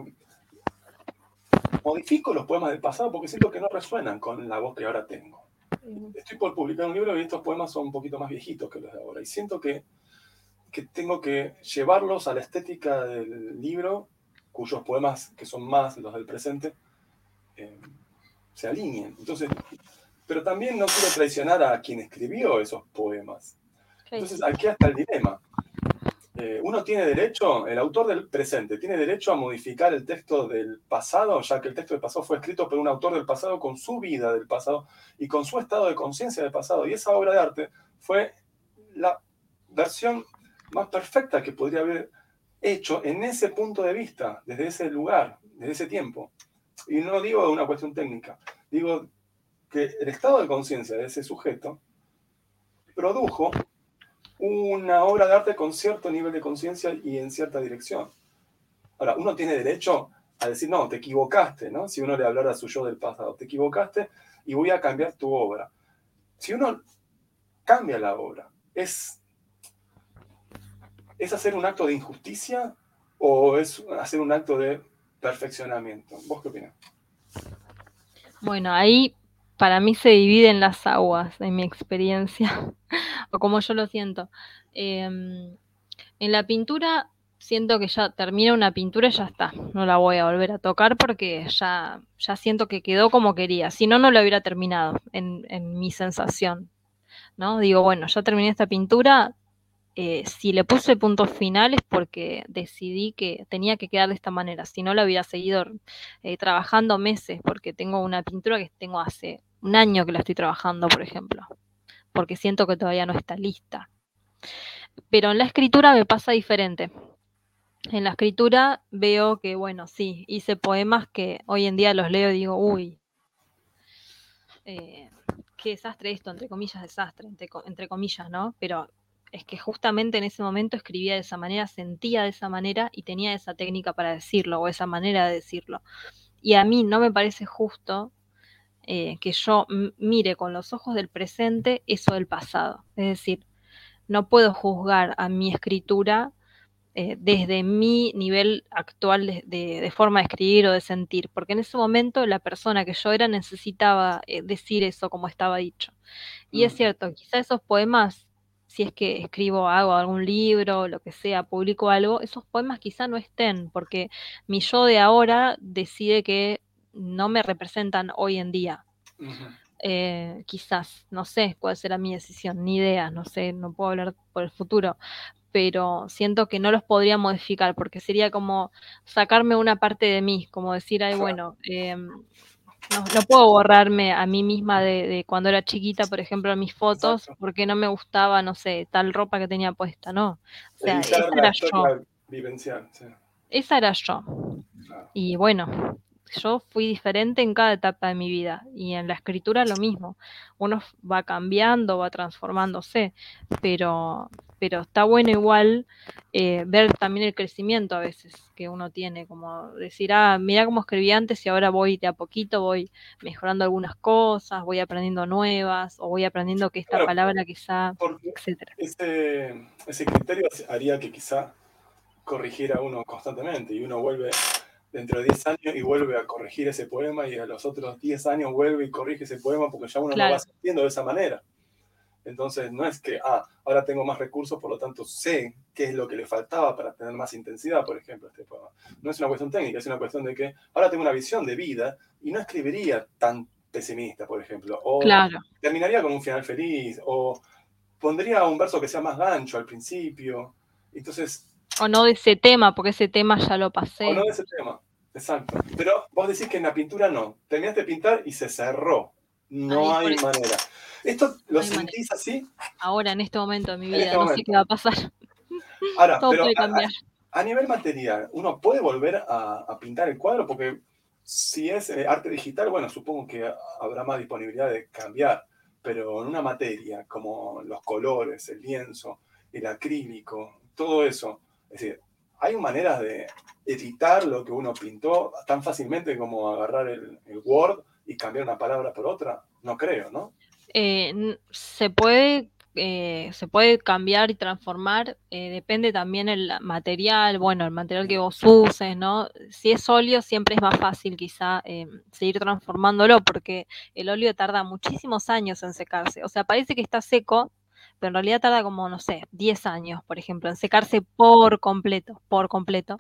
S1: modifico los poemas del pasado porque siento que no resuenan con la voz que ahora tengo. Estoy por publicar un libro y estos poemas son un poquito más viejitos que los de ahora. Y siento que tengo que llevarlos a la estética del libro, cuyos poemas, que son más los del presente, eh, se alineen. Entonces, pero también no quiero traicionar a quien escribió esos poemas.
S2: Okay.
S1: Entonces, aquí está el dilema. Uno tiene derecho, el autor del presente, tiene derecho a modificar el texto del pasado, ya que el texto del pasado fue escrito por un autor del pasado con su vida del pasado y con su estado de conciencia del pasado. Y esa obra de arte fue la versión más perfecta que podría haber hecho en ese punto de vista, desde ese lugar, desde ese tiempo. Y no digo de una cuestión técnica, digo que el estado de conciencia de ese sujeto produjo una obra de arte con cierto nivel de conciencia y en cierta dirección. Ahora, uno tiene derecho a decir, no, te equivocaste, ¿no? Si uno le hablara a su yo del pasado, te equivocaste y voy a cambiar tu obra. Si uno cambia la obra, ¿es hacer un acto de injusticia o es hacer un acto de perfeccionamiento? ¿Vos qué opinás?
S2: Bueno, ahí para mí se dividen las aguas en mi experiencia, o como yo lo siento. En la pintura siento que ya termina una pintura y ya está, no la voy a volver a tocar porque ya siento que quedó como quería, si no, no la hubiera terminado en mi sensación, ¿no? Digo, bueno, ya terminé esta pintura, si le puse el punto final es porque decidí que tenía que quedar de esta manera, si no la hubiera seguido trabajando meses, porque tengo una pintura que tengo hace un año que la estoy trabajando, por ejemplo, porque siento que todavía no está lista. Pero en la escritura me pasa diferente. En la escritura veo que, bueno, sí, hice poemas que hoy en día los leo y digo, uy, eh, qué desastre esto, entre comillas, desastre, entre comillas, ¿no? Pero es que justamente en ese momento escribía de esa manera, sentía de esa manera y tenía esa técnica para decirlo o esa manera de decirlo. Y a mí no me parece justo que yo mire con los ojos del presente eso del pasado. Es decir, no puedo juzgar a mi escritura desde mi nivel actual de forma de escribir o de sentir, porque en ese momento la persona que yo era necesitaba decir eso como estaba dicho. Y es
S1: Mm.
S2: cierto, quizá esos poemas, si es que escribo algo, algún libro, lo que sea, publico algo, esos poemas quizá no estén, porque mi yo de ahora decide que no me representan hoy en día.
S1: Uh -huh.
S2: quizás, no sé cuál será mi decisión, ni idea, no sé, no puedo hablar por el futuro, pero siento que no los podría modificar porque sería como sacarme una parte de mí, como decir, ay,
S1: Claro,
S2: bueno, no puedo borrarme a mí misma de cuando era chiquita, por ejemplo, en mis fotos,
S1: exacto.
S2: porque no me gustaba, no sé, tal ropa que tenía puesta, ¿no? O sea,
S1: Evitar la historia vivencial, sí,
S2: esa era yo.
S1: claro.
S2: Y bueno, yo fui diferente en cada etapa de mi vida y en la escritura lo mismo. Uno va cambiando, va transformándose, pero, pero está bueno igual ver también el crecimiento a veces que uno tiene, como decir, mira cómo escribí antes y ahora voy de a poquito, voy mejorando algunas cosas, voy aprendiendo nuevas o voy aprendiendo que esta
S1: Claro,
S2: palabra quizá,
S1: porque
S2: etcétera.
S1: ese criterio haría que quizá corrigiera uno constantemente y uno vuelve dentro de 10 años y vuelve a corregir ese poema y a los otros 10 años vuelve y corrige ese poema porque ya uno no va
S2: Claro,
S1: sintiendo de esa manera. Entonces no es que, ahora tengo más recursos, por lo tanto sé qué es lo que le faltaba para tener más intensidad, por ejemplo, este poema. No es una cuestión técnica, es una cuestión de que ahora tengo una visión de vida y no escribiría tan pesimista, por ejemplo, o
S2: claro.
S1: terminaría con un final feliz, o pondría un verso que sea más gancho al principio. Entonces,
S2: O no de ese tema, porque ese tema ya lo
S1: o no
S2: pasé.
S1: de ese tema. Exacto. Pero vos decís que en la pintura no. Terminaste de pintar y se cerró. No
S2: Ahí por
S1: hay
S2: eso,
S1: manera. ¿Esto
S2: no
S1: lo
S2: hay manera.
S1: sentís así
S2: Ahora, en este momento de mi
S1: en
S2: vida,
S1: este
S2: no sé qué va
S1: momento?
S2: a pasar.
S1: Ahora,
S2: Todo
S1: pero
S2: puede cambiar.
S1: a nivel material, ¿uno puede volver a pintar el cuadro? Porque si es arte digital, bueno, supongo que habrá más disponibilidad de cambiar. Pero en una materia como los colores, el lienzo, el acrílico, todo eso, es decir, hay maneras de editar lo que uno pintó tan fácilmente como agarrar el Word y cambiar una palabra por otra. No creo, ¿no?
S2: Se puede cambiar y transformar, depende también el material, bueno, el material que vos uses, ¿no? Si es óleo, siempre es más fácil quizá seguir transformándolo, porque el óleo tarda muchísimos años en secarse. O sea, parece que está seco, pero en realidad tarda como, no sé, 10 años, por ejemplo, en secarse por completo, por completo.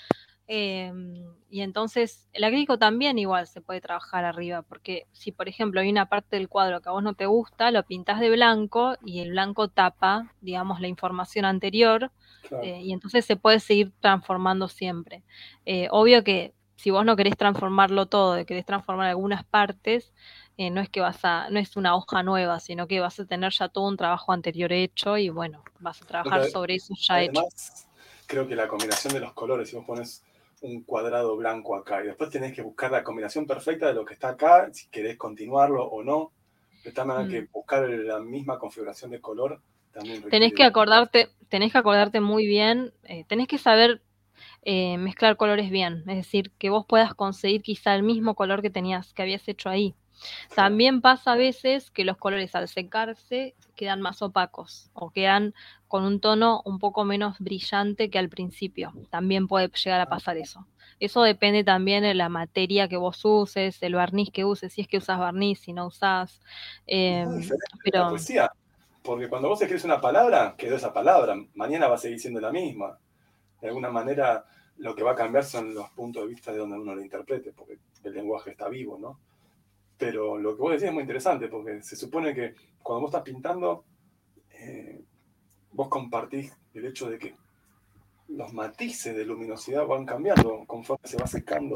S2: Eh, y entonces el acrílico también igual se puede trabajar arriba, porque si por ejemplo hay una parte del cuadro que a vos no te gusta, lo pintás de blanco y el blanco tapa, digamos, la información anterior,
S1: Claro.
S2: y entonces se puede seguir transformando siempre. Obvio que si vos no querés transformarlo todo, querés transformar algunas partes, no es que no es una hoja nueva, sino que vas a tener ya todo un trabajo anterior hecho y bueno, vas a trabajar
S1: Porque
S2: sobre eso ya hecho.
S1: además, creo que la combinación de los colores, si vos pones un cuadrado blanco acá y después tenés que buscar la combinación perfecta de lo que está acá, si querés continuarlo o no, de tal manera que
S2: Mm.
S1: buscar la misma configuración de color también
S2: Tenés
S1: requiere
S2: que
S1: de...
S2: acordarte, tenés que acordarte muy bien, tenés que saber mezclar colores bien, es decir, que vos puedas conseguir quizá el mismo color que tenías, que habías hecho ahí.
S1: Claro.
S2: También pasa a veces que los colores al secarse quedan más opacos o quedan con un tono un poco menos brillante que al principio. También puede llegar a pasar eso. Eso depende también de la materia que vos uses, el barniz que uses, si es que usas barniz, si no usás.
S1: Es
S2: Eh,
S1: muy diferente de la
S2: pero
S1: poesía, porque cuando vos escribes una palabra, quedó esa palabra, mañana va a seguir siendo la misma. De alguna manera, lo que va a cambiar son los puntos de vista de donde uno lo interprete, porque el lenguaje está vivo, ¿no? Pero lo que vos decís es muy interesante, porque se supone que cuando vos estás pintando, eh, vos compartís el hecho de que los matices de luminosidad van cambiando conforme se va secando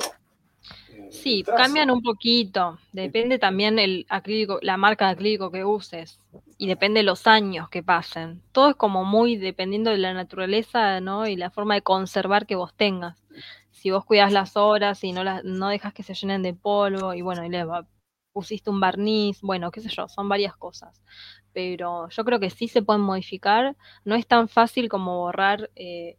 S1: el
S2: sí,
S1: trazo.
S2: cambian un poquito. Depende también el acrílico, la marca de acrílico que uses. Y depende de los años que pasen. Todo es como muy dependiendo de la naturaleza, ¿no? Y la forma de conservar que vos tengas. Si vos cuidas las horas y no dejas que se llenen de polvo, y bueno, pusiste un barniz, bueno, qué sé yo, son varias cosas. Pero yo creo que sí se pueden modificar. No es tan fácil como borrar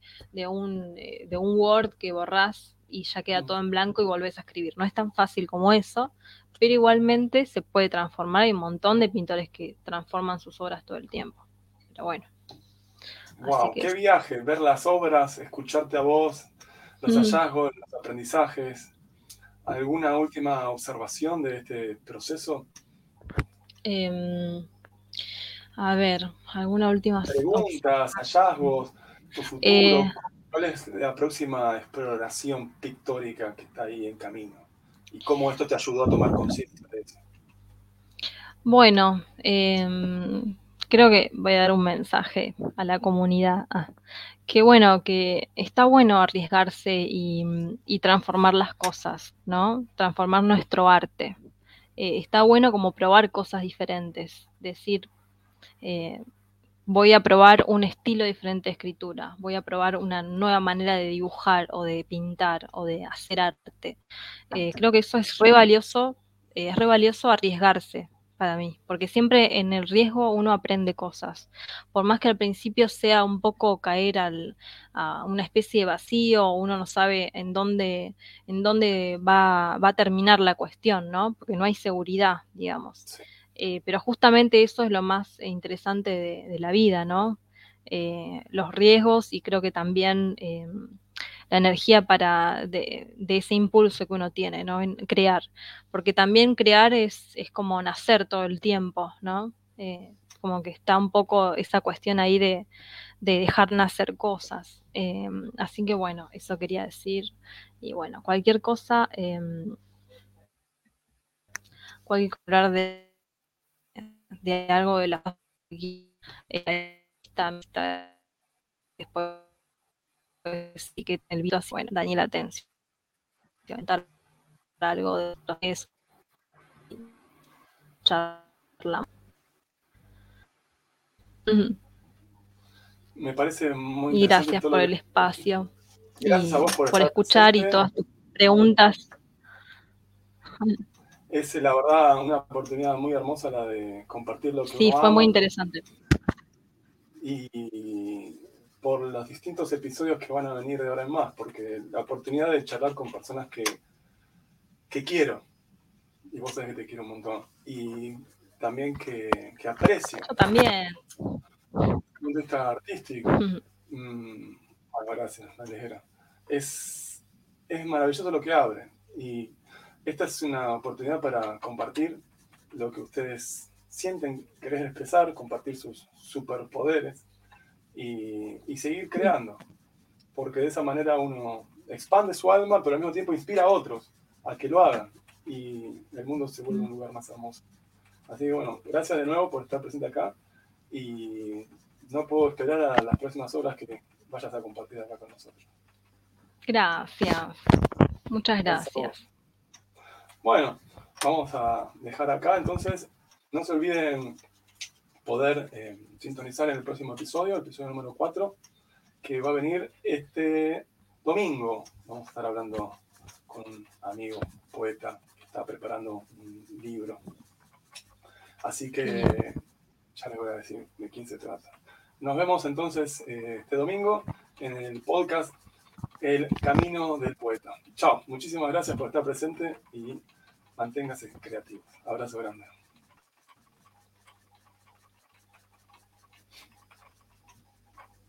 S2: de un Word que borrás y ya queda todo en blanco y volvés a escribir. No es tan fácil como eso, pero igualmente se puede transformar. Hay un montón de pintores que transforman sus obras todo el tiempo. Pero bueno, así
S1: ¡Wow!
S2: que
S1: ¡Qué
S2: eso.
S1: viaje! Ver las obras, escucharte a vos, los
S2: Mm,
S1: hallazgos, los aprendizajes. ¿Alguna última observación de este proceso?
S2: eh, a ver, alguna última
S1: Preguntas,
S2: observación.
S1: hallazgos, tu
S2: Eh,
S1: futuro. ¿Cuál es la próxima exploración pictórica que está ahí en camino? ¿Y cómo esto te ayudó a tomar conciencia de eso?
S2: Bueno, creo que voy a dar un mensaje a la comunidad. Que bueno, que está bueno arriesgarse y transformar las cosas, ¿no? Transformar nuestro arte. Está bueno como probar cosas diferentes, decir, eh, voy a probar un estilo diferente de escritura, voy a probar una nueva manera de dibujar o de pintar o de hacer arte. Creo que eso es re valioso arriesgarse para mí, porque siempre en el riesgo uno aprende cosas. Por más que al principio sea un poco caer a una especie de vacío, uno no sabe en dónde va a terminar la cuestión, ¿no? Porque no hay seguridad, digamos.
S1: Sí.
S2: Pero justamente eso es lo más interesante de la vida, ¿no? Los riesgos y creo que también la energía de ese impulso que uno tiene, ¿no? En crear. Porque también crear es como nacer todo el tiempo, ¿no? Como que está un poco esa cuestión ahí de dejar nacer cosas. Así que bueno, eso quería decir. Y bueno, cualquier cosa, cualquier hablar de algo de la después sí que el video, bueno, Daniela Atención, comentar algo de eso, charla.
S1: Me parece muy
S2: Y
S1: interesante
S2: gracias
S1: todo
S2: por
S1: lo
S2: el
S1: que...
S2: espacio
S1: Gracias a
S2: y
S1: vos por
S2: por
S1: estar
S2: escuchar y
S1: presente.
S2: todas tus preguntas.
S1: Es la verdad una oportunidad muy hermosa la de compartir lo que
S2: Sí,
S1: uno
S2: fue muy
S1: ama
S2: interesante.
S1: y por los distintos episodios que van a venir de ahora en más, porque la oportunidad de charlar con personas que quiero, y vos sabés que te quiero un montón, y también que aprecio,
S2: Yo también.
S1: desde el punto de vista artístico. Bueno, gracias, me alegra. Es maravilloso lo que abre, y esta es una oportunidad para compartir lo que ustedes sienten, querer expresar, compartir sus superpoderes y seguir creando, porque de esa manera uno expande su alma, pero al mismo tiempo inspira a otros a que lo hagan y el mundo se vuelve un lugar más hermoso. Así que bueno, gracias de nuevo por estar presente acá y no puedo esperar a las próximas obras que vayas a compartir acá con nosotros.
S2: Gracias. Muchas
S1: Gracias a vos.
S2: gracias.
S1: Bueno, vamos a dejar acá entonces. No se olviden poder sintonizar en el próximo episodio, el episodio número 4, que va a venir este domingo. Vamos a estar hablando con un amigo poeta que está preparando un libro. Así que ya les voy a decir de quién se trata. Nos vemos entonces este domingo en el podcast El Camino del Poeta. Chao, muchísimas gracias por estar presente y manténgase creativos. Abrazo grande.